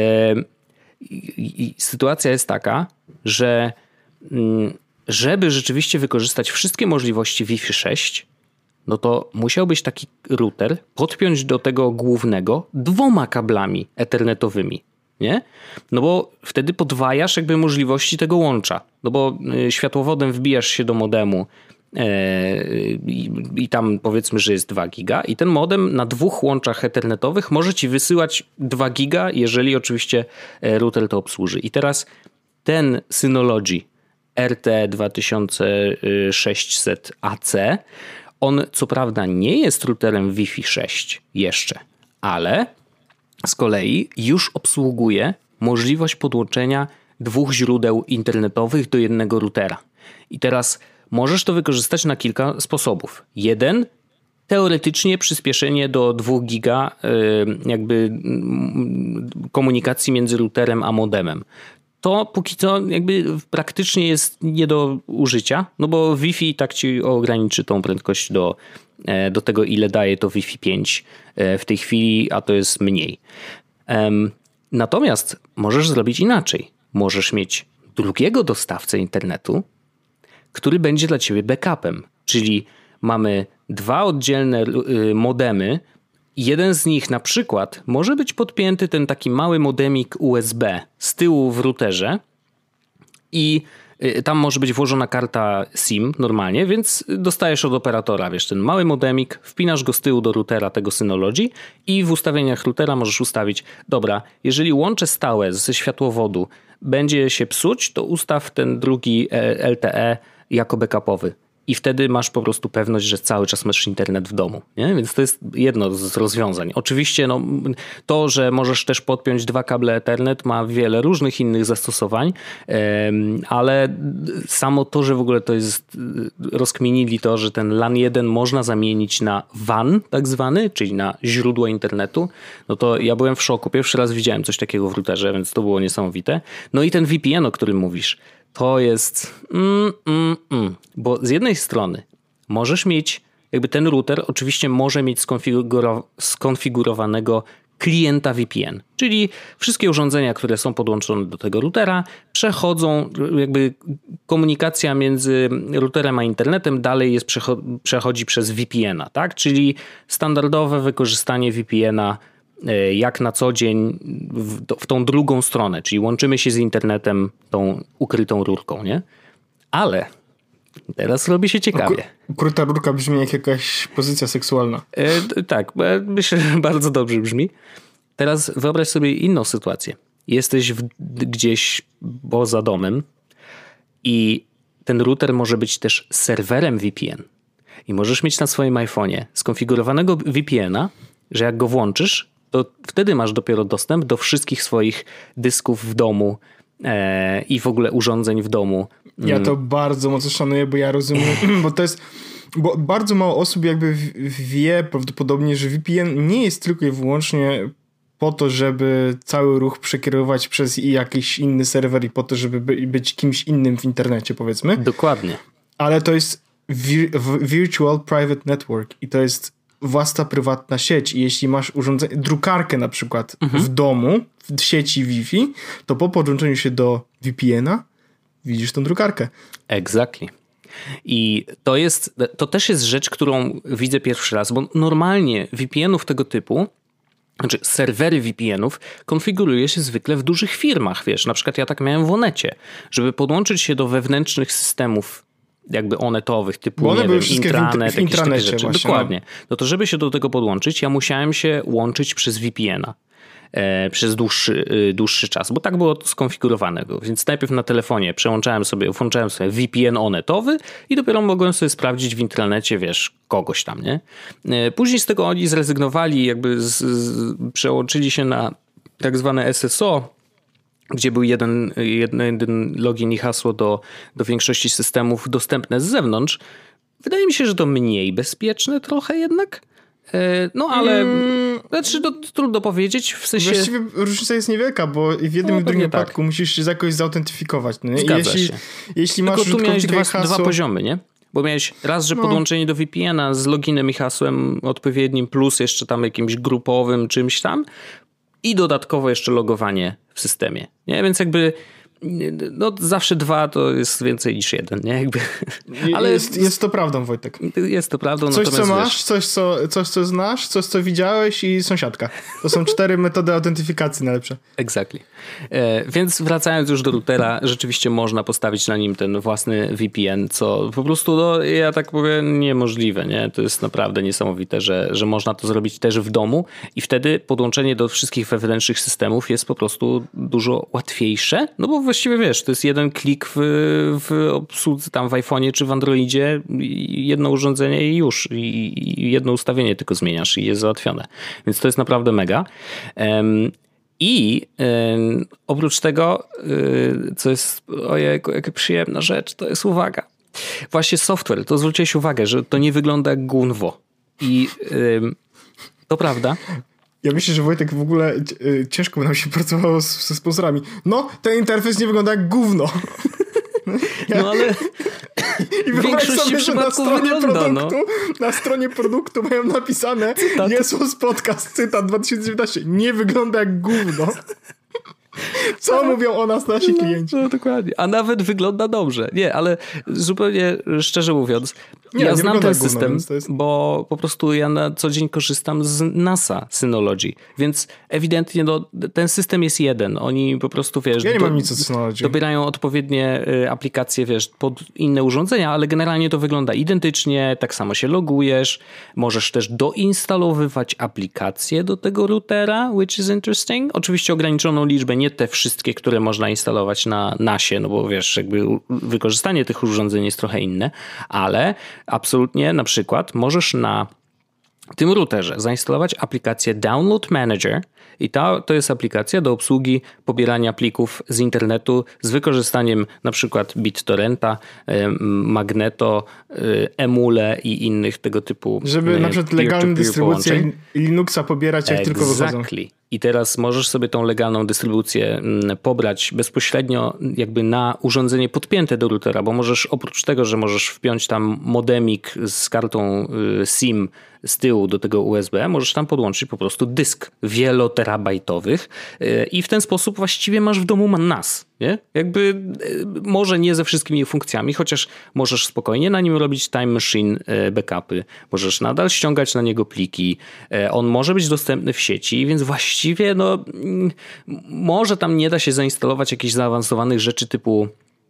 sytuacja jest taka, że żeby rzeczywiście wykorzystać wszystkie możliwości Wi-Fi 6, no to musiałbyś taki router podpiąć do tego głównego 2 kablami ethernetowymi, nie? No bo wtedy podwajasz jakby możliwości tego łącza. No bo światłowodem wbijasz się do modemu i tam powiedzmy, że jest 2 giga i ten modem na 2 łączach ethernetowych może ci wysyłać 2 giga, jeżeli oczywiście router to obsłuży. I teraz ten Synology RT2600AC, on co prawda nie jest routerem Wi-Fi 6 jeszcze, ale z kolei już obsługuje możliwość podłączenia 2 źródeł internetowych do jednego routera. I teraz możesz to wykorzystać na kilka sposobów. Jeden, teoretycznie przyspieszenie do 2 giga jakby komunikacji między routerem a modemem. To póki co jakby praktycznie jest nie do użycia, no bo Wi-Fi tak ci ograniczy tą prędkość do tego, ile daje to Wi-Fi 5 w tej chwili, a to jest mniej. Natomiast możesz zrobić inaczej. Możesz mieć drugiego dostawcę internetu, który będzie dla ciebie backupem. Czyli mamy 2 oddzielne modemy. Jeden z nich na przykład może być podpięty ten taki mały modemik USB z tyłu w routerze i tam może być włożona karta SIM normalnie, więc dostajesz od operatora, wiesz, ten mały modemik, wpinasz go z tyłu do routera tego Synology i w ustawieniach routera możesz ustawić, dobra, jeżeli łącze stałe ze światłowodu będzie się psuć, to ustaw ten drugi LTE jako backupowy. I wtedy masz po prostu pewność, że cały czas masz internet w domu. Nie? Więc to jest jedno z rozwiązań. Oczywiście no, to, że możesz też podpiąć 2 kable Ethernet ma wiele różnych innych zastosowań, ale samo to, że w ogóle to jest, rozkminili to, że ten LAN 1 można zamienić na WAN tak zwany, czyli na źródło internetu, no to ja byłem w szoku. Pierwszy raz widziałem coś takiego w routerze, więc to było niesamowite. No i ten VPN, o którym mówisz, to jest... Bo z jednej strony możesz mieć, jakby ten router oczywiście może mieć skonfigurowanego klienta VPN, czyli wszystkie urządzenia, które są podłączone do tego routera, przechodzą, jakby komunikacja między routerem a internetem dalej przechodzi przez VPN-a, tak? Czyli standardowe wykorzystanie VPN-a jak na co dzień w tą drugą stronę, czyli łączymy się z internetem tą ukrytą rurką, nie? Ale teraz robi się ciekawie. Ukryta rurka brzmi jak jakaś pozycja seksualna. Tak, myślę, że bardzo dobrze brzmi. Teraz wyobraź sobie inną sytuację. Jesteś gdzieś poza domem i ten router może być też serwerem VPN. I możesz mieć na swoim iPhone'ie skonfigurowanego VPN-a, że jak go włączysz, to wtedy masz dopiero dostęp do wszystkich swoich dysków w domu i w ogóle urządzeń w domu. Ja to bardzo mocno szanuję, bo ja rozumiem, bo bardzo mało osób jakby wie prawdopodobnie, że VPN nie jest tylko i wyłącznie po to, żeby cały ruch przekierować przez jakiś inny serwer i po to, żeby być kimś innym w internecie, powiedzmy. Dokładnie. Ale to jest Virtual Private Network i to jest własna prywatna sieć i jeśli masz urządzenie, drukarkę na przykład w domu, w sieci Wi-Fi, to po podłączeniu się do VPN-a widzisz tą drukarkę. Exactly. I to też jest rzecz, którą widzę pierwszy raz, bo normalnie VPN-ów tego typu, znaczy serwery VPN-ów konfiguruje się zwykle w dużych firmach, wiesz, na przykład ja tak miałem w Onecie, żeby podłączyć się do wewnętrznych systemów jakby onetowych, typu one były intranet, w intranecie takie rzeczy. właśnie. Dokładnie. No to żeby się do tego podłączyć, ja musiałem się łączyć przez VPN-a przez dłuższy czas, bo tak było skonfigurowane. Więc najpierw na telefonie włączałem sobie VPN onetowy i dopiero mogłem sobie sprawdzić w intranecie, wiesz, kogoś tam, nie? Później z tego oni zrezygnowali, jakby przełączyli się na tak zwane SSO, gdzie był jeden login i hasło do większości systemów dostępne z zewnątrz. Wydaje mi się, że to mniej bezpieczne trochę jednak. No ale znaczy trudno powiedzieć, w sensie... Właściwie różnica jest niewielka, bo w jednym i w drugim wypadku musisz się jakoś zautentyfikować. No nie? Zgadza się. Jeśli masz tylko tu miałeś hasło... dwa poziomy, nie? Bo miałeś raz, że podłączenie do VPN-a z loginem i hasłem odpowiednim, plus jeszcze tam jakimś grupowym czymś tam i dodatkowo jeszcze logowanie w systemie. Nie? Więc jakby no zawsze 2 to jest więcej niż 1, nie? Jakby, ale jest to prawdą, Wojtek. Jest to prawdą. Coś, co masz, coś, co znasz, coś, co widziałeś i sąsiadka. To są 4 metody autentyfikacji najlepsze. Exactly. Więc wracając już do routera, rzeczywiście można postawić na nim ten własny VPN, co po prostu, no ja tak powiem, niemożliwe, nie? To jest naprawdę niesamowite, że można to zrobić też w domu i wtedy podłączenie do wszystkich wewnętrznych systemów jest po prostu dużo łatwiejsze, no bo właściwie wiesz, to jest jeden klik w obsłudze tam w iPhone'ie czy w Androidzie, jedno urządzenie i już, i jedno ustawienie tylko zmieniasz i jest załatwione. Więc to jest naprawdę mega. I oprócz tego, co jest, ojejku, jaka przyjemna rzecz, to jest uwaga. Właśnie software, to zwróciłeś uwagę, że to nie wygląda jak gówno. I to prawda. Ja myślę, że Wojtek w ogóle ciężko by nam się pracowało ze sponsorami. No, ten interfejs nie wygląda jak gówno. No ale w większości przypadków wygląda, na stronie produktu mają napisane Jesus Podcast, cytat 2019. Nie wygląda jak gówno. Co mówią o nas nasi klienci? No, dokładnie. A nawet wygląda dobrze. Nie, ale zupełnie szczerze mówiąc, ja znam ten system, bo po prostu ja na co dzień korzystam z NASA Synology, więc ewidentnie no, ten system jest jeden. Oni po prostu, wiesz, ja nie mam nic od Synology. Dobierają odpowiednie aplikacje, wiesz, pod inne urządzenia, ale generalnie to wygląda identycznie, tak samo się logujesz, możesz też doinstalowywać aplikacje do tego routera, which is interesting. Oczywiście ograniczoną liczbę, nie te wszystkie, które można instalować na NASie, no bo wiesz, jakby wykorzystanie tych urządzeń jest trochę inne, ale absolutnie na przykład możesz na tym routerze zainstalować aplikację Download Manager i to jest aplikacja do obsługi pobierania plików z internetu z wykorzystaniem na przykład BitTorrenta, Magneto, Emule i innych tego typu żeby na przykład legalną dystrybucję Linuxa pobierać jak tylko wychodzą. I teraz możesz sobie tą legalną dystrybucję pobrać bezpośrednio jakby na urządzenie podpięte do routera, bo możesz oprócz tego, że możesz wpiąć tam modemik z kartą SIM z tyłu do tego USB, możesz tam podłączyć po prostu dysk wieloterabajtowych i w ten sposób właściwie masz w domu NAS. Nie? Jakby może nie ze wszystkimi funkcjami, chociaż możesz spokojnie na nim robić Time Machine backupy, możesz nadal ściągać na niego pliki, on może być dostępny w sieci, więc właściwie no może tam nie da się zainstalować jakichś zaawansowanych rzeczy typu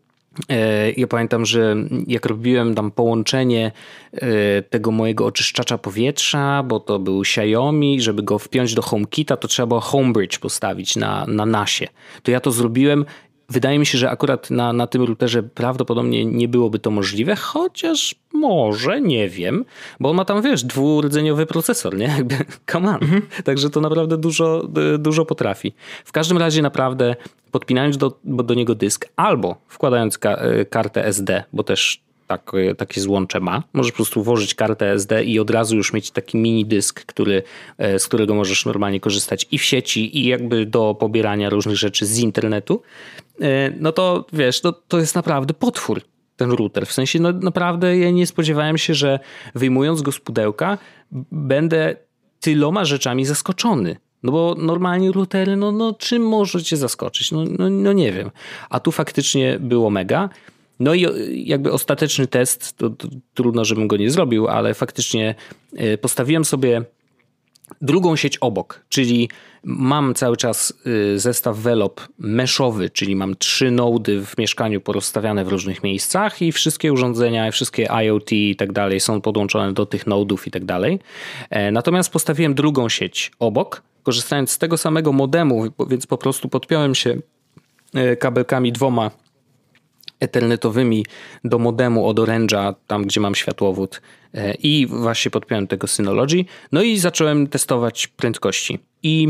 ja pamiętam, że jak robiłem tam połączenie tego mojego oczyszczacza powietrza, bo to był Xiaomi, żeby go wpiąć do HomeKita, to trzeba było Homebridge postawić na NASie. To ja to zrobiłem. Wydaje mi się, że akurat na tym routerze prawdopodobnie nie byłoby to możliwe, chociaż może, nie wiem, bo on ma tam, wiesz, dwurdzeniowy procesor, nie? Jakby, come on. Także to naprawdę dużo potrafi. W każdym razie naprawdę podpinając do niego dysk albo wkładając kartę SD, bo też takie złącze ma. Możesz po prostu włożyć kartę SD i od razu już mieć taki mini dysk, z którego możesz normalnie korzystać i w sieci, i jakby do pobierania różnych rzeczy z internetu. No to wiesz, to jest naprawdę potwór ten router. W sensie no naprawdę ja nie spodziewałem się, że wyjmując go z pudełka będę tyloma rzeczami zaskoczony. No bo normalnie routery, no czym może cię zaskoczyć? No nie wiem. A tu faktycznie było mega. No i jakby ostateczny test, to trudno, żebym go nie zrobił, ale faktycznie postawiłem sobie drugą sieć obok, czyli mam cały czas zestaw Velop meszowy, czyli mam 3 nody w mieszkaniu porozstawiane w różnych miejscach i wszystkie urządzenia, wszystkie IoT i tak dalej są podłączone do tych nodów i tak dalej. Natomiast postawiłem drugą sieć obok, korzystając z tego samego modemu, więc po prostu podpiąłem się kabelkami 2 ethernetowymi do modemu od Orange'a, tam gdzie mam światłowód i właśnie podpiąłem tego Synology. No i zacząłem testować prędkości. I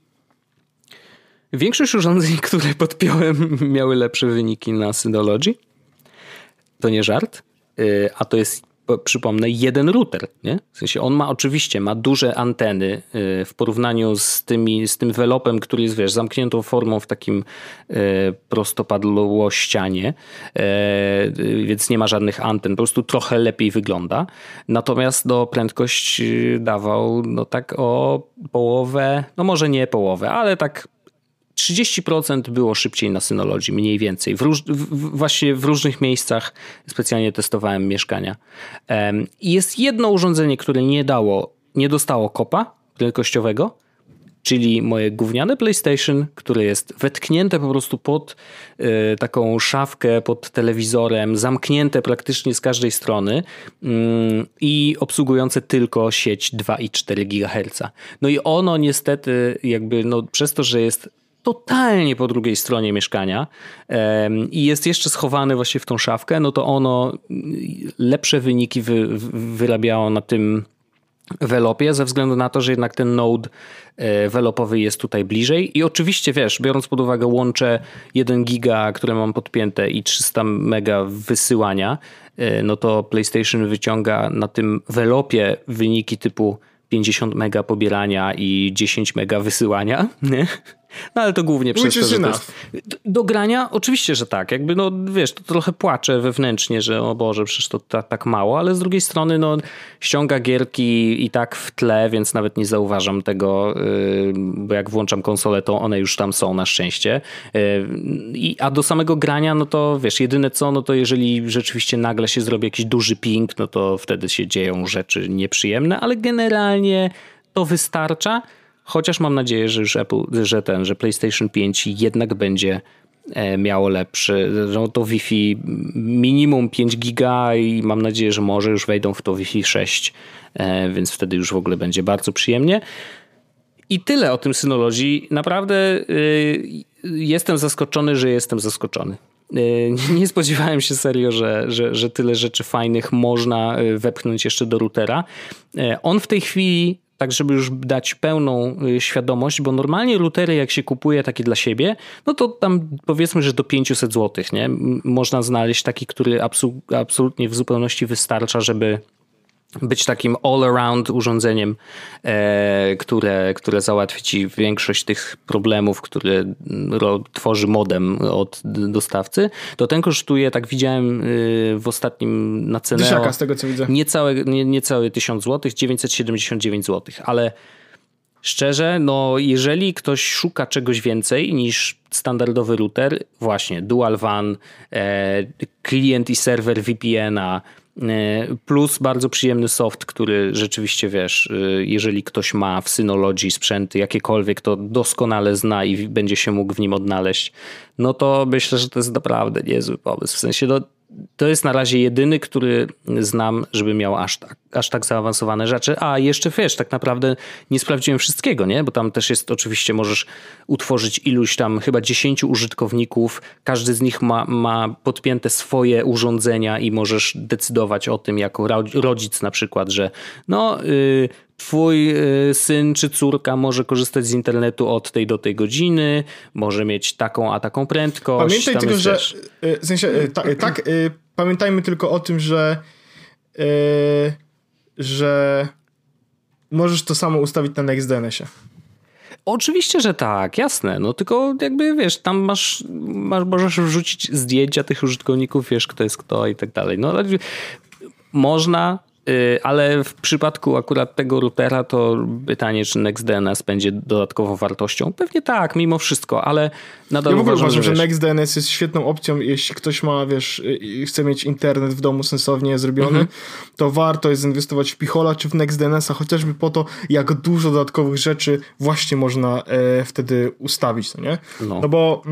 większość urządzeń, które podpiąłem, miały lepsze wyniki na Synology. To nie żart, a to jest, przypomnę, jeden router, nie? W sensie on ma duże anteny w porównaniu z tym Velopem, który jest, wiesz, zamkniętą formą w takim prostopadłościanie, więc nie ma żadnych anten, po prostu trochę lepiej wygląda. Natomiast prędkość dawał no tak o połowę, no może nie połowę, ale tak 30% było szybciej na Synology, mniej więcej. Właśnie w różnych miejscach specjalnie testowałem mieszkania. I jest jedno urządzenie, które nie dostało kopa wielkościowego, czyli moje gówniane PlayStation, które jest wetknięte po prostu pod taką szafkę, pod telewizorem, zamknięte praktycznie z każdej strony i obsługujące tylko sieć 2,4 GHz. No i ono niestety jakby przez to, że jest totalnie po drugiej stronie mieszkania i jest jeszcze schowany właśnie w tą szafkę, no to ono lepsze wyniki wyrabiało na tym Velopie, ze względu na to, że jednak ten node Velopowy jest tutaj bliżej i oczywiście biorąc pod uwagę łącze 1 giga, które mam podpięte i 300 mega wysyłania, no to PlayStation wyciąga na tym Velopie wyniki typu 50 mega pobierania i 10 mega wysyłania, nie? No ale to głównie przez to, że to jest do grania, oczywiście, że tak. Jakby to trochę płaczę wewnętrznie, że o Boże, przecież to tak mało, ale z drugiej strony ściąga gierki i tak w tle, więc nawet nie zauważam tego, bo jak włączam konsolę, to one już tam są na szczęście. A do samego grania, no to jedyne co, no to jeżeli rzeczywiście nagle się zrobi jakiś duży ping, no to wtedy się dzieją rzeczy nieprzyjemne, ale generalnie to wystarcza. Chociaż mam nadzieję, że już że PlayStation 5 jednak będzie miało lepszy, że to Wi-Fi minimum 5 giga i mam nadzieję, że może już wejdą w to Wi-Fi 6, więc wtedy już w ogóle będzie bardzo przyjemnie. I tyle o tym Synology. Naprawdę jestem zaskoczony, że jestem zaskoczony. Nie spodziewałem się serio, że tyle rzeczy fajnych można wepchnąć jeszcze do routera. On w tej chwili, tak żeby już dać pełną świadomość, bo normalnie routery jak się kupuje takie dla siebie, no to tam powiedzmy, że do 500 zł, nie? Można znaleźć taki, który absolutnie w zupełności wystarcza, żeby być takim all-around urządzeniem, które załatwi ci większość tych problemów, które tworzy modem od dostawcy, to ten kosztuje, tak widziałem w ostatnim na cenę, dysiaka, z tego co widzę. Niecałe 1000 zł, 979 zł, ale szczerze, jeżeli ktoś szuka czegoś więcej niż standardowy router, właśnie dual WAN, klient i serwer VPN-a, plus bardzo przyjemny soft, który rzeczywiście jeżeli ktoś ma w Synology sprzęty jakiekolwiek, to doskonale zna i będzie się mógł w nim odnaleźć, no to myślę, że to jest naprawdę niezły pomysł. W sensie to jest na razie jedyny, który znam, żeby miał aż tak zaawansowane rzeczy. A jeszcze tak naprawdę nie sprawdziłem wszystkiego, nie? Bo tam też jest oczywiście, możesz utworzyć iluś tam chyba 10 użytkowników, każdy z nich ma podpięte swoje urządzenia i możesz decydować o tym jako rodzic na przykład, że twój syn czy córka może korzystać z internetu od tej do tej godziny, może mieć taką a taką prędkość. Pamiętaj tylko, że w sensie, pamiętajmy tylko o tym, że możesz to samo ustawić na NextDNS-ie. Oczywiście, że tak, jasne. Tylko jakby tam możesz wrzucić zdjęcia tych użytkowników, kto jest kto i tak dalej. Można, ale w przypadku akurat tego routera to pytanie, czy NextDNS będzie dodatkową wartością. Pewnie tak, mimo wszystko, ale nadal uważam, że NextDNS jest świetną opcją, jeśli ktoś ma, chce mieć internet w domu sensownie zrobiony, to warto jest inwestować w Pichola czy w NextDNS-a, chociażby po to, jak dużo dodatkowych rzeczy właśnie można wtedy ustawić, nie? No bo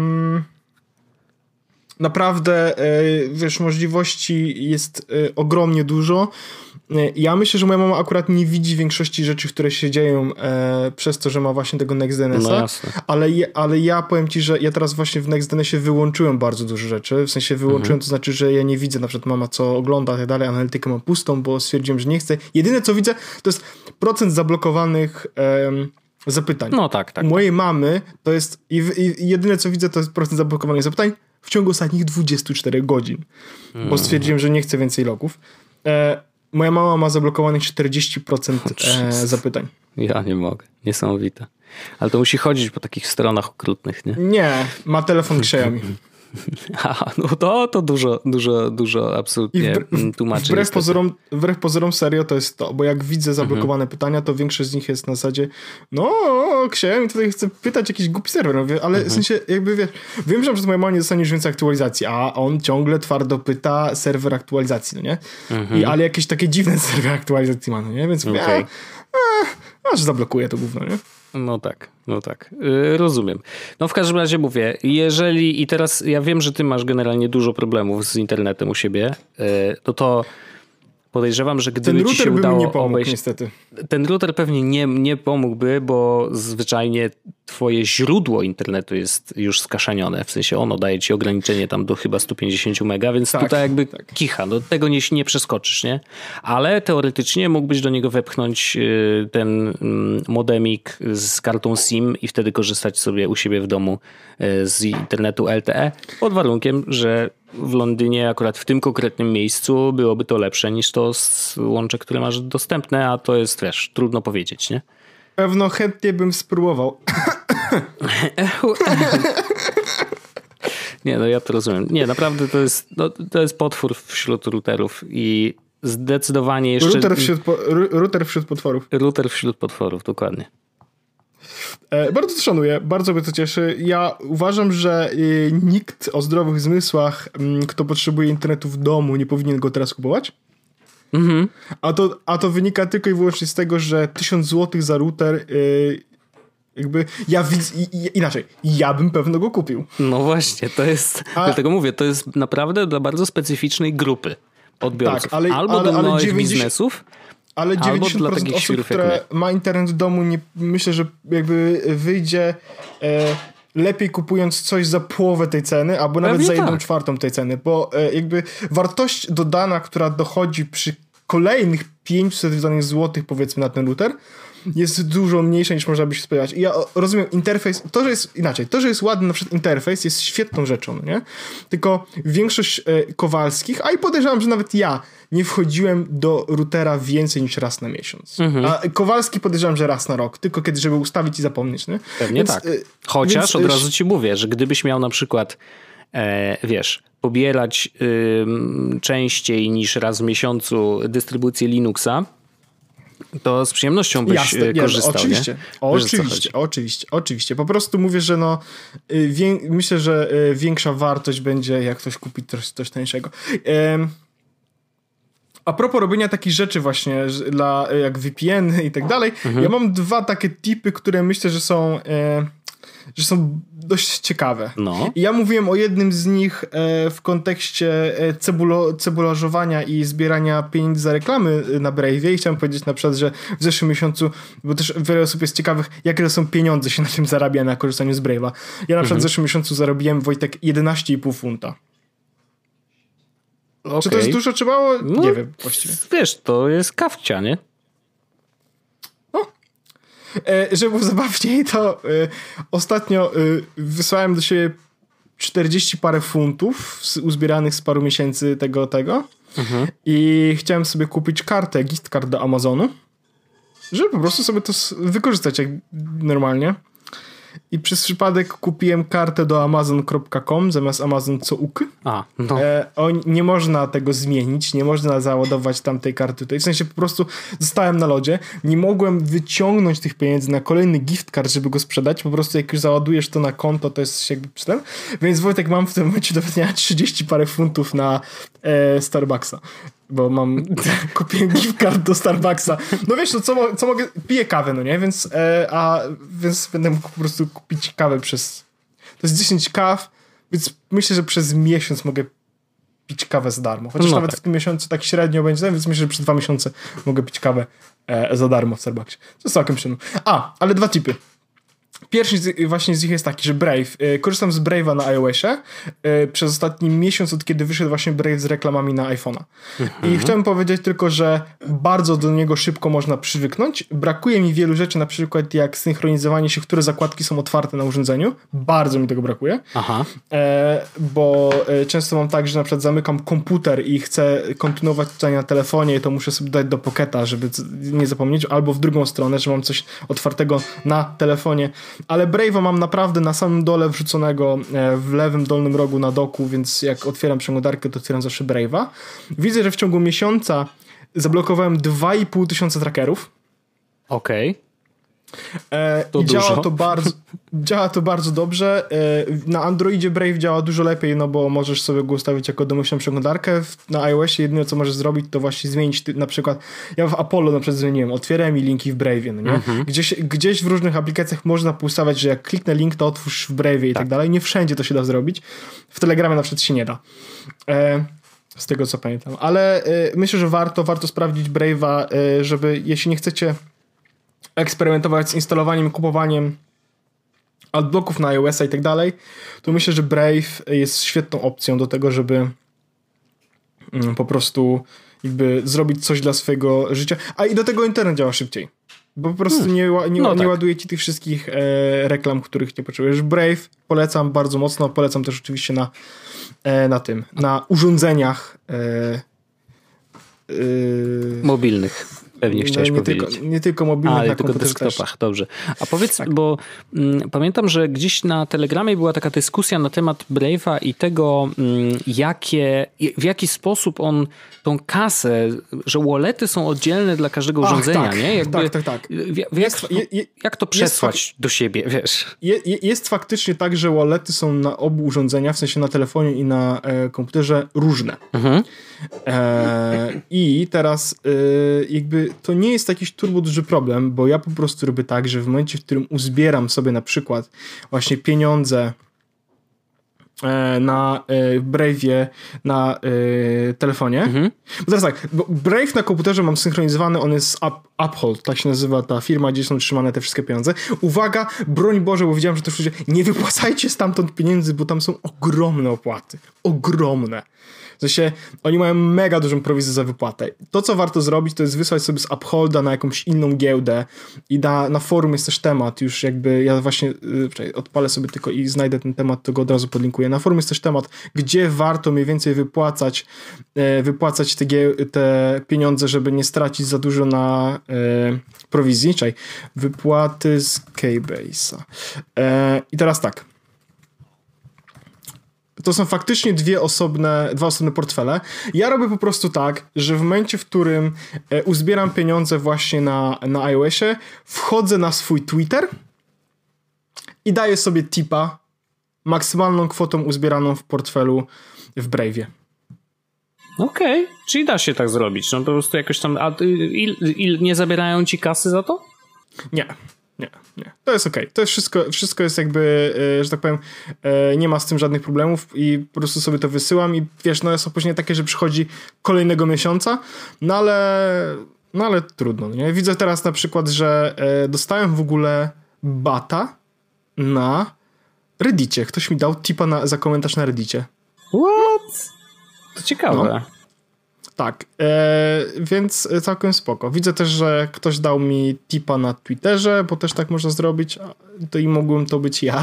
naprawdę, możliwości jest ogromnie dużo. Ja myślę, że moja mama akurat nie widzi większości rzeczy, które się dzieją przez to, że ma właśnie tego NextDNS-a. Ale ja powiem ci, że ja teraz właśnie w NextDNS-ie wyłączyłem bardzo dużo rzeczy. W sensie wyłączyłem, to znaczy, że ja nie widzę na przykład mama, co ogląda i tak dalej. Analitykę mam pustą, bo stwierdziłem, że nie chcę. Jedyne, co widzę, to jest procent zablokowanych zapytań. Tak. U mojej mamy to jest jedyne, co widzę, to jest procent zablokowanych zapytań w ciągu ostatnich 24 godzin. Bo stwierdziłem, że nie chcę więcej logów. Moja mama ma zablokowanych 40% zapytań. Ja nie mogę. Niesamowite. Ale to musi chodzić po takich stronach okrutnych, nie? Nie, ma telefon Xiaomi. No to dużo absolutnie tłumaczy. Wbrew pozorom serio to jest to, bo jak widzę zablokowane pytania, to większość z nich jest na zasadzie chciałem i tutaj chcę pytać jakiś głupi serwer, ale w sensie jakby wiem, że przez moje mało nie dostanie już więcej aktualizacji, a on ciągle twardo pyta serwer aktualizacji, no nie? Ale jakieś takie dziwne serwer aktualizacji ma, no nie? Więc mówię, że zablokuję to gówno, nie? No tak. Rozumiem. No w każdym razie mówię, jeżeli i teraz ja wiem, że ty masz generalnie dużo problemów z internetem u siebie, to podejrzewam, że gdyby ci się udało obejść... niestety. Ten router pewnie nie pomógłby, bo zwyczajnie twoje źródło internetu jest już skaszanione. W sensie ono daje ci ograniczenie tam do chyba 150 mega, więc tutaj jakby kicha. No, tego nie przeskoczysz, nie? Ale teoretycznie mógłbyś do niego wepchnąć ten modemik z kartą SIM i wtedy korzystać sobie u siebie w domu z internetu LTE pod warunkiem, że w Londynie akurat w tym konkretnym miejscu byłoby to lepsze niż to łącze, które masz dostępne, a to jest, trudno powiedzieć, nie? Pewno chętnie bym spróbował. Nie, no ja to rozumiem. Nie, naprawdę to jest potwór wśród routerów i zdecydowanie jeszcze... Router wśród potworów. Router wśród potworów, dokładnie. Bardzo to szanuję, bardzo mnie to cieszy. Ja uważam, że nikt o zdrowych zmysłach, kto potrzebuje internetu w domu, nie powinien go teraz kupować. A to wynika tylko i wyłącznie z tego, że 1000 zł za router jakby inaczej, ja bym pewno go kupił. No właśnie, to jest, dlatego mówię, to jest naprawdę dla bardzo specyficznej grupy odbiorców. Tak, albo do małych biznesów, ale 90% osób, które ma internet w domu, myślę, że jakby wyjdzie lepiej kupując coś za połowę tej ceny, albo nawet za 1/4 tej ceny, bo jakby wartość dodana, która dochodzi przy kolejnych 500 wydanych złotych, powiedzmy, na ten router, jest dużo mniejsza niż można by się spodziewać. I ja rozumiem, interfejs, to, że jest ładny na przykład interfejs jest świetną rzeczą, nie? Tylko większość Kowalskich, a i podejrzewam, że nawet ja nie wchodziłem do routera więcej niż raz na miesiąc. A Kowalski podejrzewam, że raz na rok, tylko kiedy, żeby ustawić i zapomnieć, nie? Pewnie więc, tak. Chociaż od razu ci mówię, że gdybyś miał na przykład pobierać częściej niż raz w miesiącu dystrybucję Linuxa, to z przyjemnością byś korzystał. Oczywiście. Po prostu mówię, że myślę, że większa wartość będzie, jak ktoś kupi coś tańszego. A propos robienia takich rzeczy właśnie jak VPN i tak dalej, ja mam 2 takie tipy, które myślę, że są dość ciekawe. No. I ja mówiłem o jednym z nich w kontekście cebularzowania i zbierania pieniędzy za reklamy na Brave'ie i chciałem powiedzieć na przykład, że w zeszłym miesiącu, bo też wiele osób jest ciekawych, jakie to są pieniądze się na tym zarabia na korzystaniu z Brave'a. Ja na przykład w zeszłym miesiącu zarobiłem, Wojtek, 11,5 funta. Okay. Czy to jest dużo, czy mało? No, nie wiem właściwie. Wiesz, to jest kawcia, nie? Żeby było zabawniej, to ostatnio wysłałem do siebie 40 parę funtów uzbieranych z paru miesięcy tego i chciałem sobie kupić gift card do Amazonu, żeby po prostu sobie to wykorzystać jak normalnie. I przez przypadek kupiłem kartę do amazon.com zamiast amazon.co.uk. Nie można tego zmienić, nie można załadować tamtej karty tutaj. W sensie po prostu zostałem na lodzie. Nie mogłem wyciągnąć tych pieniędzy na kolejny gift card, żeby go sprzedać. Po prostu jak już załadujesz to na konto, to jest jakby przystęp. Więc Wojtek, mam w tym momencie do wydania 30 parę funtów na Starbucksa. Bo kupiłem gift card do Starbucksa. No wiesz, no co mogę? Piję kawę, no nie? Więc będę mógł po prostu kupić kawę to jest 10 kaw, więc myślę, że przez miesiąc mogę pić kawę za darmo. Chociaż nawet w tym miesiącu tak średnio będzie, więc myślę, że przez 2 miesiące mogę pić kawę za darmo w Starbucksie. To jest całkiem przyjemne. Ale 2 tipy. Pierwszy właśnie z nich jest taki, że Brave. Korzystam z Brave'a na iOSie przez ostatni miesiąc, od kiedy wyszedł właśnie Brave z reklamami na iPhone'a. I chciałem powiedzieć tylko, że bardzo do niego szybko można przywyknąć. Brakuje mi wielu rzeczy, na przykład jak synchronizowanie się, które zakładki są otwarte na urządzeniu. Bardzo mi tego brakuje. Bo często mam tak, że na przykład zamykam komputer i chcę kontynuować czytanie na telefonie i to muszę sobie dać do Pocketa, żeby nie zapomnieć, albo w drugą stronę, że mam coś otwartego na telefonie ale Brave'a mam naprawdę na samym dole wrzuconego w lewym dolnym rogu na doku, więc jak otwieram przeglądarkę, to otwieram zawsze Brave'a. Widzę, że w ciągu miesiąca zablokowałem 2500 trackerów. Okej. I działa to bardzo dobrze. Na Androidzie Brave działa dużo lepiej, no bo możesz sobie go ustawić jako domyślną przeglądarkę. Na iOSie jedyne co możesz zrobić, to właśnie zmienić na przykład, ja w Apollo na przykład zmieniłem, otwierałem mi linki w Brave'ie, no nie? Gdzieś w różnych aplikacjach można poustawiać, że jak kliknę link, to otwórz w Brave'ie i tak dalej. Nie wszędzie to się da zrobić. W Telegramie na przykład się nie da. Z tego co pamiętam. Ale myślę, że warto sprawdzić Brave'a, żeby jeśli nie chcecie eksperymentować z instalowaniem i kupowaniem adblocków na iOS-a i tak dalej, to myślę, że Brave jest świetną opcją do tego, żeby po prostu jakby zrobić coś dla swojego życia. A i do tego internet działa szybciej. Bo po prostu nie ładuje ci tych wszystkich reklam, których nie potrzebujesz. Brave polecam bardzo mocno. Polecam też oczywiście na urządzeniach mobilnych. Pewnie chciałeś powiedzieć. Nie tylko mobilnych, ale tylko desktopach, dobrze. A powiedz, tak. Bo pamiętam, że gdzieś na Telegramie była taka dyskusja na temat Brave'a i tego, w jaki sposób on tą kasę, że wallety są oddzielne dla każdego urządzenia, tak, nie? Jakby, tak. Jak to przesłać do siebie, wiesz? Jest faktycznie tak, że wallety są na obu urządzeniach, w sensie na telefonie i na komputerze różne. I teraz jakby to nie jest jakiś turbo duży problem, bo ja po prostu robię tak, że w momencie, w którym uzbieram sobie na przykład właśnie pieniądze na Brave'ie na telefonie. Bo teraz tak, bo Brave na komputerze mam synchronizowany, on jest Uphold, tak się nazywa ta firma, gdzie są trzymane te wszystkie pieniądze. Uwaga, broń Boże, bo widziałem, że też ludzie nie wypłacajcie stamtąd pieniędzy, bo tam są ogromne opłaty. Ogromne. W sensie, oni mają mega dużą prowizję za wypłatę. To, co warto zrobić, to jest wysłać sobie z Upholda na jakąś inną giełdę i na forum jest też temat, już jakby, ja właśnie odpalę sobie tylko i znajdę ten temat, to go od razu podlinkuję. Na forum jest też temat, gdzie warto mniej więcej wypłacać te pieniądze, żeby nie stracić za dużo na prowizji. Czyli wypłaty z Keybase'a. I teraz tak. To są faktycznie dwa osobne portfele. Ja robię po prostu tak, że w momencie, w którym uzbieram pieniądze właśnie na iOSie, wchodzę na swój Twitter i daję sobie tipa maksymalną kwotą uzbieraną w portfelu w Brave'ie. Okej, czyli da się tak zrobić. No po prostu jakoś tam... nie zabierają ci kasy za to? Nie. To jest okej. To jest wszystko jest jakby, że tak powiem, nie ma z tym żadnych problemów i po prostu sobie to wysyłam i wiesz, no jest opóźnienie takie, że przychodzi kolejnego miesiąca, no ale trudno, nie? Widzę teraz na przykład, że dostałem w ogóle bata na Reddicie. Ktoś mi dał tipa za komentarz na Reddicie. What? To ciekawe. No. Tak, więc całkiem spoko. Widzę też, że ktoś dał mi tipa na Twitterze, bo też tak można zrobić, to i mogłem to być ja.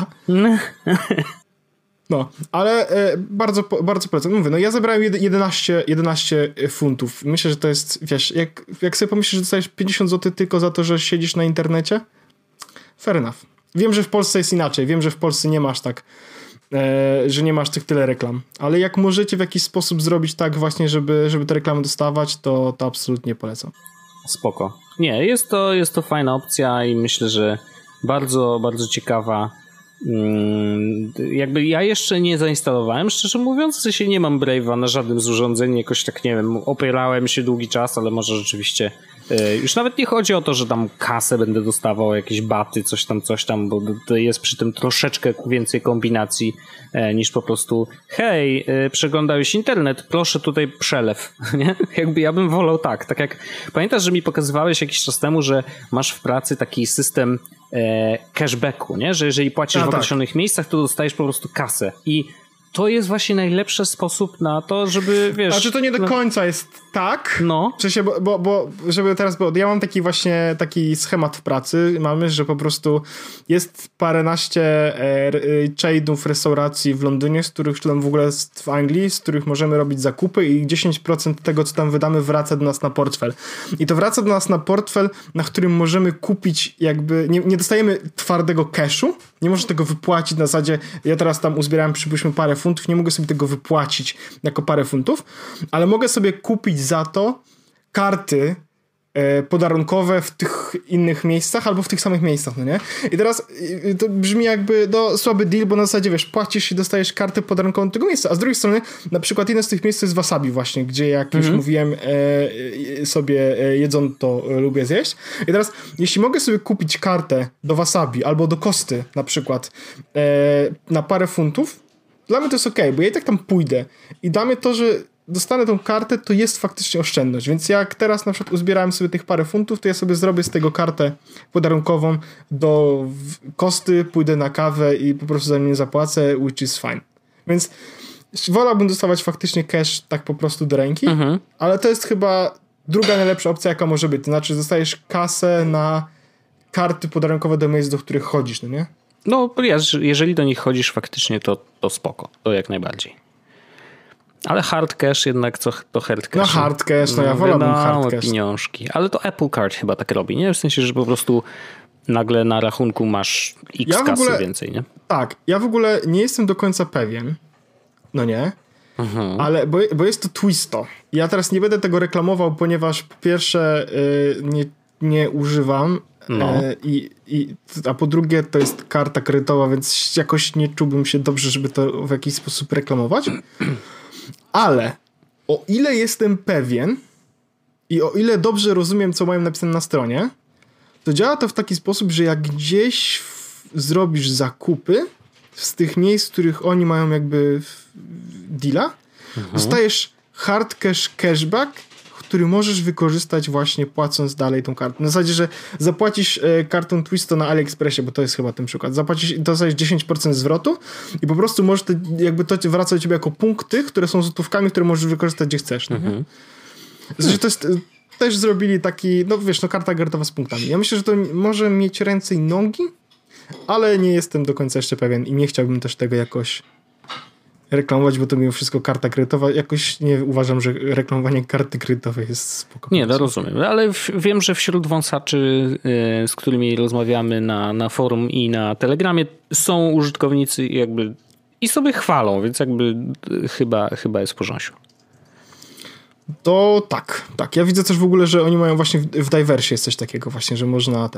No, ale bardzo polecam. Mówię, no ja zebrałem 11 funtów. Myślę, że to jest, wiesz, jak sobie pomyślisz, że dostajesz 50 zł tylko za to, że siedzisz na internecie, fair enough. Wiem, że w Polsce jest inaczej. Wiem, że w Polsce nie masz tak, że nie masz tych tyle reklam. Ale jak możecie w jakiś sposób zrobić tak właśnie, żeby te reklamy dostawać, to absolutnie polecam. Spoko. Nie, jest to fajna opcja i myślę, że bardzo, bardzo ciekawa. Jakby ja jeszcze nie zainstalowałem, szczerze mówiąc, w sensie nie mam Brave'a na żadnym z urządzeń, jakoś tak nie wiem, opierałem się długi czas, ale może rzeczywiście już nawet nie chodzi o to, że tam kasę będę dostawał, jakieś baty, coś tam, bo to jest przy tym troszeczkę więcej kombinacji niż po prostu hej, przeglądałeś internet, proszę tutaj przelew, nie? Jakby ja bym wolał tak jak pamiętasz, że mi pokazywałeś jakiś czas temu, że masz w pracy taki system cashbacku, nie? Że jeżeli płacisz w określonych miejscach, to dostajesz po prostu kasę i to jest właśnie najlepszy sposób na to, żeby, wiesz... Znaczy to nie do końca jest tak. No. W sensie, bo żeby teraz... Bo ja mam taki schemat w pracy. Mamy, że po prostu jest paręnaście chainów restauracji w Londynie, z których, czy tam w ogóle jest w Anglii, z których możemy robić zakupy i 10% tego, co tam wydamy, wraca do nas na portfel. I to wraca do nas na portfel, na którym możemy kupić jakby... Nie dostajemy twardego cashu, nie możesz tego wypłacić na zasadzie, ja teraz tam uzbierałem, przypuśćmy, parę funtów, nie mogę sobie tego wypłacić jako parę funtów, ale mogę sobie kupić za to karty podarunkowe w tych innych miejscach albo w tych samych miejscach, no nie? I teraz to brzmi jakby słaby deal, bo na zasadzie, wiesz, płacisz i dostajesz kartę podarunkową do tego miejsca, a z drugiej strony na przykład jedno z tych miejsc to jest Wasabi właśnie, gdzie jak już mówiłem sobie jedząco lubię zjeść. I teraz, jeśli mogę sobie kupić kartę do Wasabi albo do Kosty na przykład na parę funtów, dla mnie to jest okej, bo ja i tak tam pójdę i dla mnie to, że dostanę tą kartę, to jest faktycznie oszczędność. Więc jak teraz na przykład uzbierałem sobie tych parę funtów, to ja sobie zrobię z tego kartę podarunkową do Kosty, pójdę na kawę i po prostu za nie zapłacę, which is fine. Więc wolałbym dostawać faktycznie cash tak po prostu do ręki, ale to jest chyba druga najlepsza opcja, jaka może być. To znaczy dostajesz kasę na karty podarunkowe do miejsc, do których chodzisz, no nie? No, jeżeli do nich chodzisz faktycznie, to spoko. To jak najbardziej. Ale hard cash jednak to hard cash. No hard cash, no ja wolałbym hard cash. Pieniążki. Ale to Apple Card chyba tak robi, nie? W sensie, że po prostu nagle na rachunku masz x kasy więcej, nie? Tak, ja w ogóle nie jestem do końca pewien, no nie? Ale, bo jest to Twisto. Ja teraz nie będę tego reklamował, ponieważ po pierwsze nie używam, a po drugie to jest karta kredytowa, więc jakoś nie czułbym się dobrze, żeby to w jakiś sposób reklamować. Ale o ile jestem pewien i o ile dobrze rozumiem, co mają napisane na stronie, to działa to w taki sposób, że jak gdzieś zrobisz zakupy z tych miejsc, w których oni mają jakby deala, dostajesz hard cash cashback, który możesz wykorzystać właśnie płacąc dalej tą kartą. Na zasadzie, że zapłacisz kartą Twisto na AliExpressie, bo to jest chyba ten przykład, dostajesz 10% zwrotu i po prostu możesz jakby to wraca do ciebie jako punkty, które są złotówkami, które możesz wykorzystać gdzie chcesz. Znaczy, to jest, też zrobili taki, no wiesz, karta kredytowa z punktami. Ja myślę, że to może mieć ręce i nogi, ale nie jestem do końca jeszcze pewien i nie chciałbym też tego jakoś reklamować, bo to mimo wszystko karta kredytowa. Jakoś nie uważam, że reklamowanie karty kredytowej jest spoko. Nie, no rozumiem, ale wiem, że wśród wąsaczy, z którymi rozmawiamy na forum i na Telegramie, są użytkownicy jakby i sobie chwalą, więc jakby chyba jest w porządku. To tak. Ja widzę też w ogóle, że oni mają właśnie w Diversie jest coś takiego właśnie, że można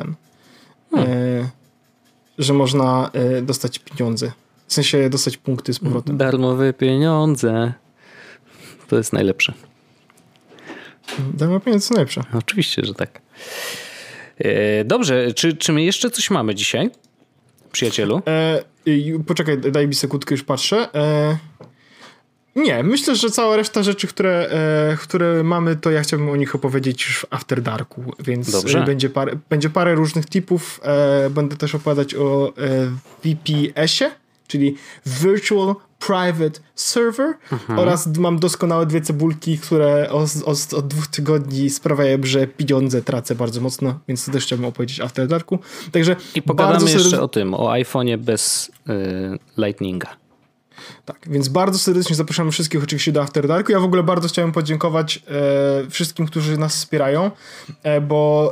że można dostać pieniądze. W sensie dostać punkty z powrotem. Darmowe pieniądze. To jest najlepsze. Darmowe pieniądze są najlepsze. Oczywiście, że tak. Dobrze, czy my jeszcze coś mamy dzisiaj, przyjacielu? Poczekaj, daj mi sekundkę, już patrzę. Nie, myślę, że cała reszta rzeczy, które mamy, to ja chciałbym o nich opowiedzieć już w After Darku, więc będzie parę różnych tipów. Będę też opowiadać o VPS-ie, czyli Virtual Private Server, oraz mam doskonałe 2 cebulki, które od 2 tygodni sprawiają, że pieniądze tracę bardzo mocno, więc to też chciałbym opowiedzieć w After Darku. Także i pogadamy jeszcze o tym, o iPhone'ie bez Lightninga. Tak, więc bardzo serdecznie zapraszamy wszystkich oczywiście do After Darku. Ja w ogóle bardzo chciałem podziękować wszystkim, którzy nas wspierają, bo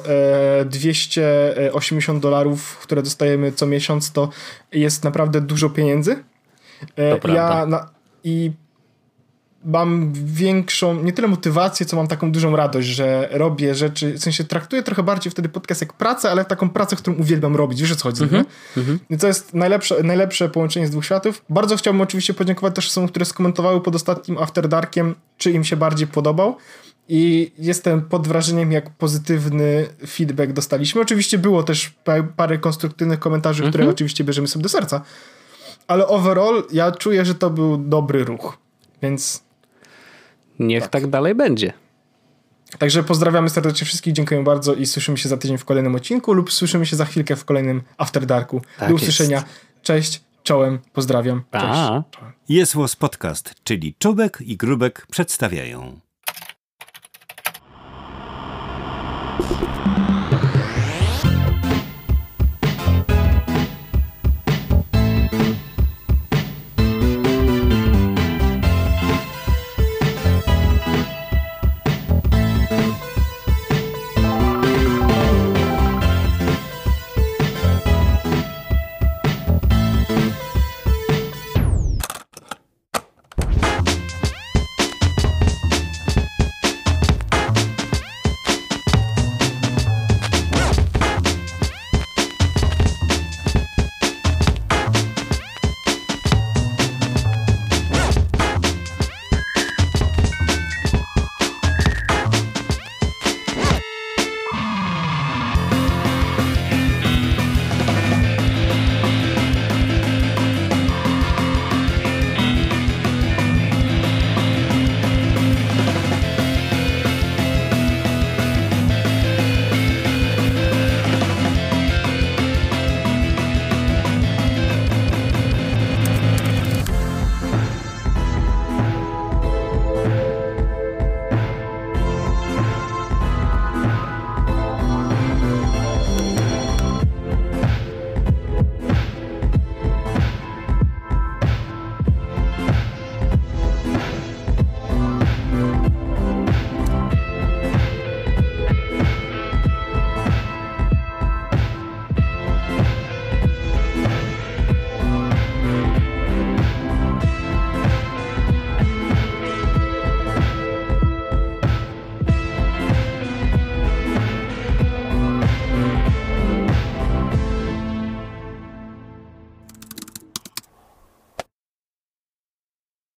$280, które dostajemy co miesiąc, to jest naprawdę dużo pieniędzy. To prawda. I mam większą, nie tyle motywację, co mam taką dużą radość, że robię rzeczy, w sensie traktuję trochę bardziej wtedy podcast jak pracę, ale taką pracę, którą uwielbiam robić. Wiesz, o co chodzi? I to jest najlepsze połączenie z 2 światów. Bardzo chciałbym oczywiście podziękować też osobom, które skomentowały pod ostatnim After Darkiem, czy im się bardziej podobał. I jestem pod wrażeniem, jak pozytywny feedback dostaliśmy. Oczywiście było też parę konstruktywnych komentarzy, które oczywiście bierzemy sobie do serca. Ale overall ja czuję, że to był dobry ruch. Więc niech tak dalej będzie. Także pozdrawiamy serdecznie wszystkich, dziękuję bardzo i słyszymy się za tydzień w kolejnym odcinku lub słyszymy się za chwilkę w kolejnym After Darku. Do usłyszenia. Cześć. Czołem, pozdrawiam. Cześć. Jest Łos Podcast, czyli Czubek i Grubek przedstawiają.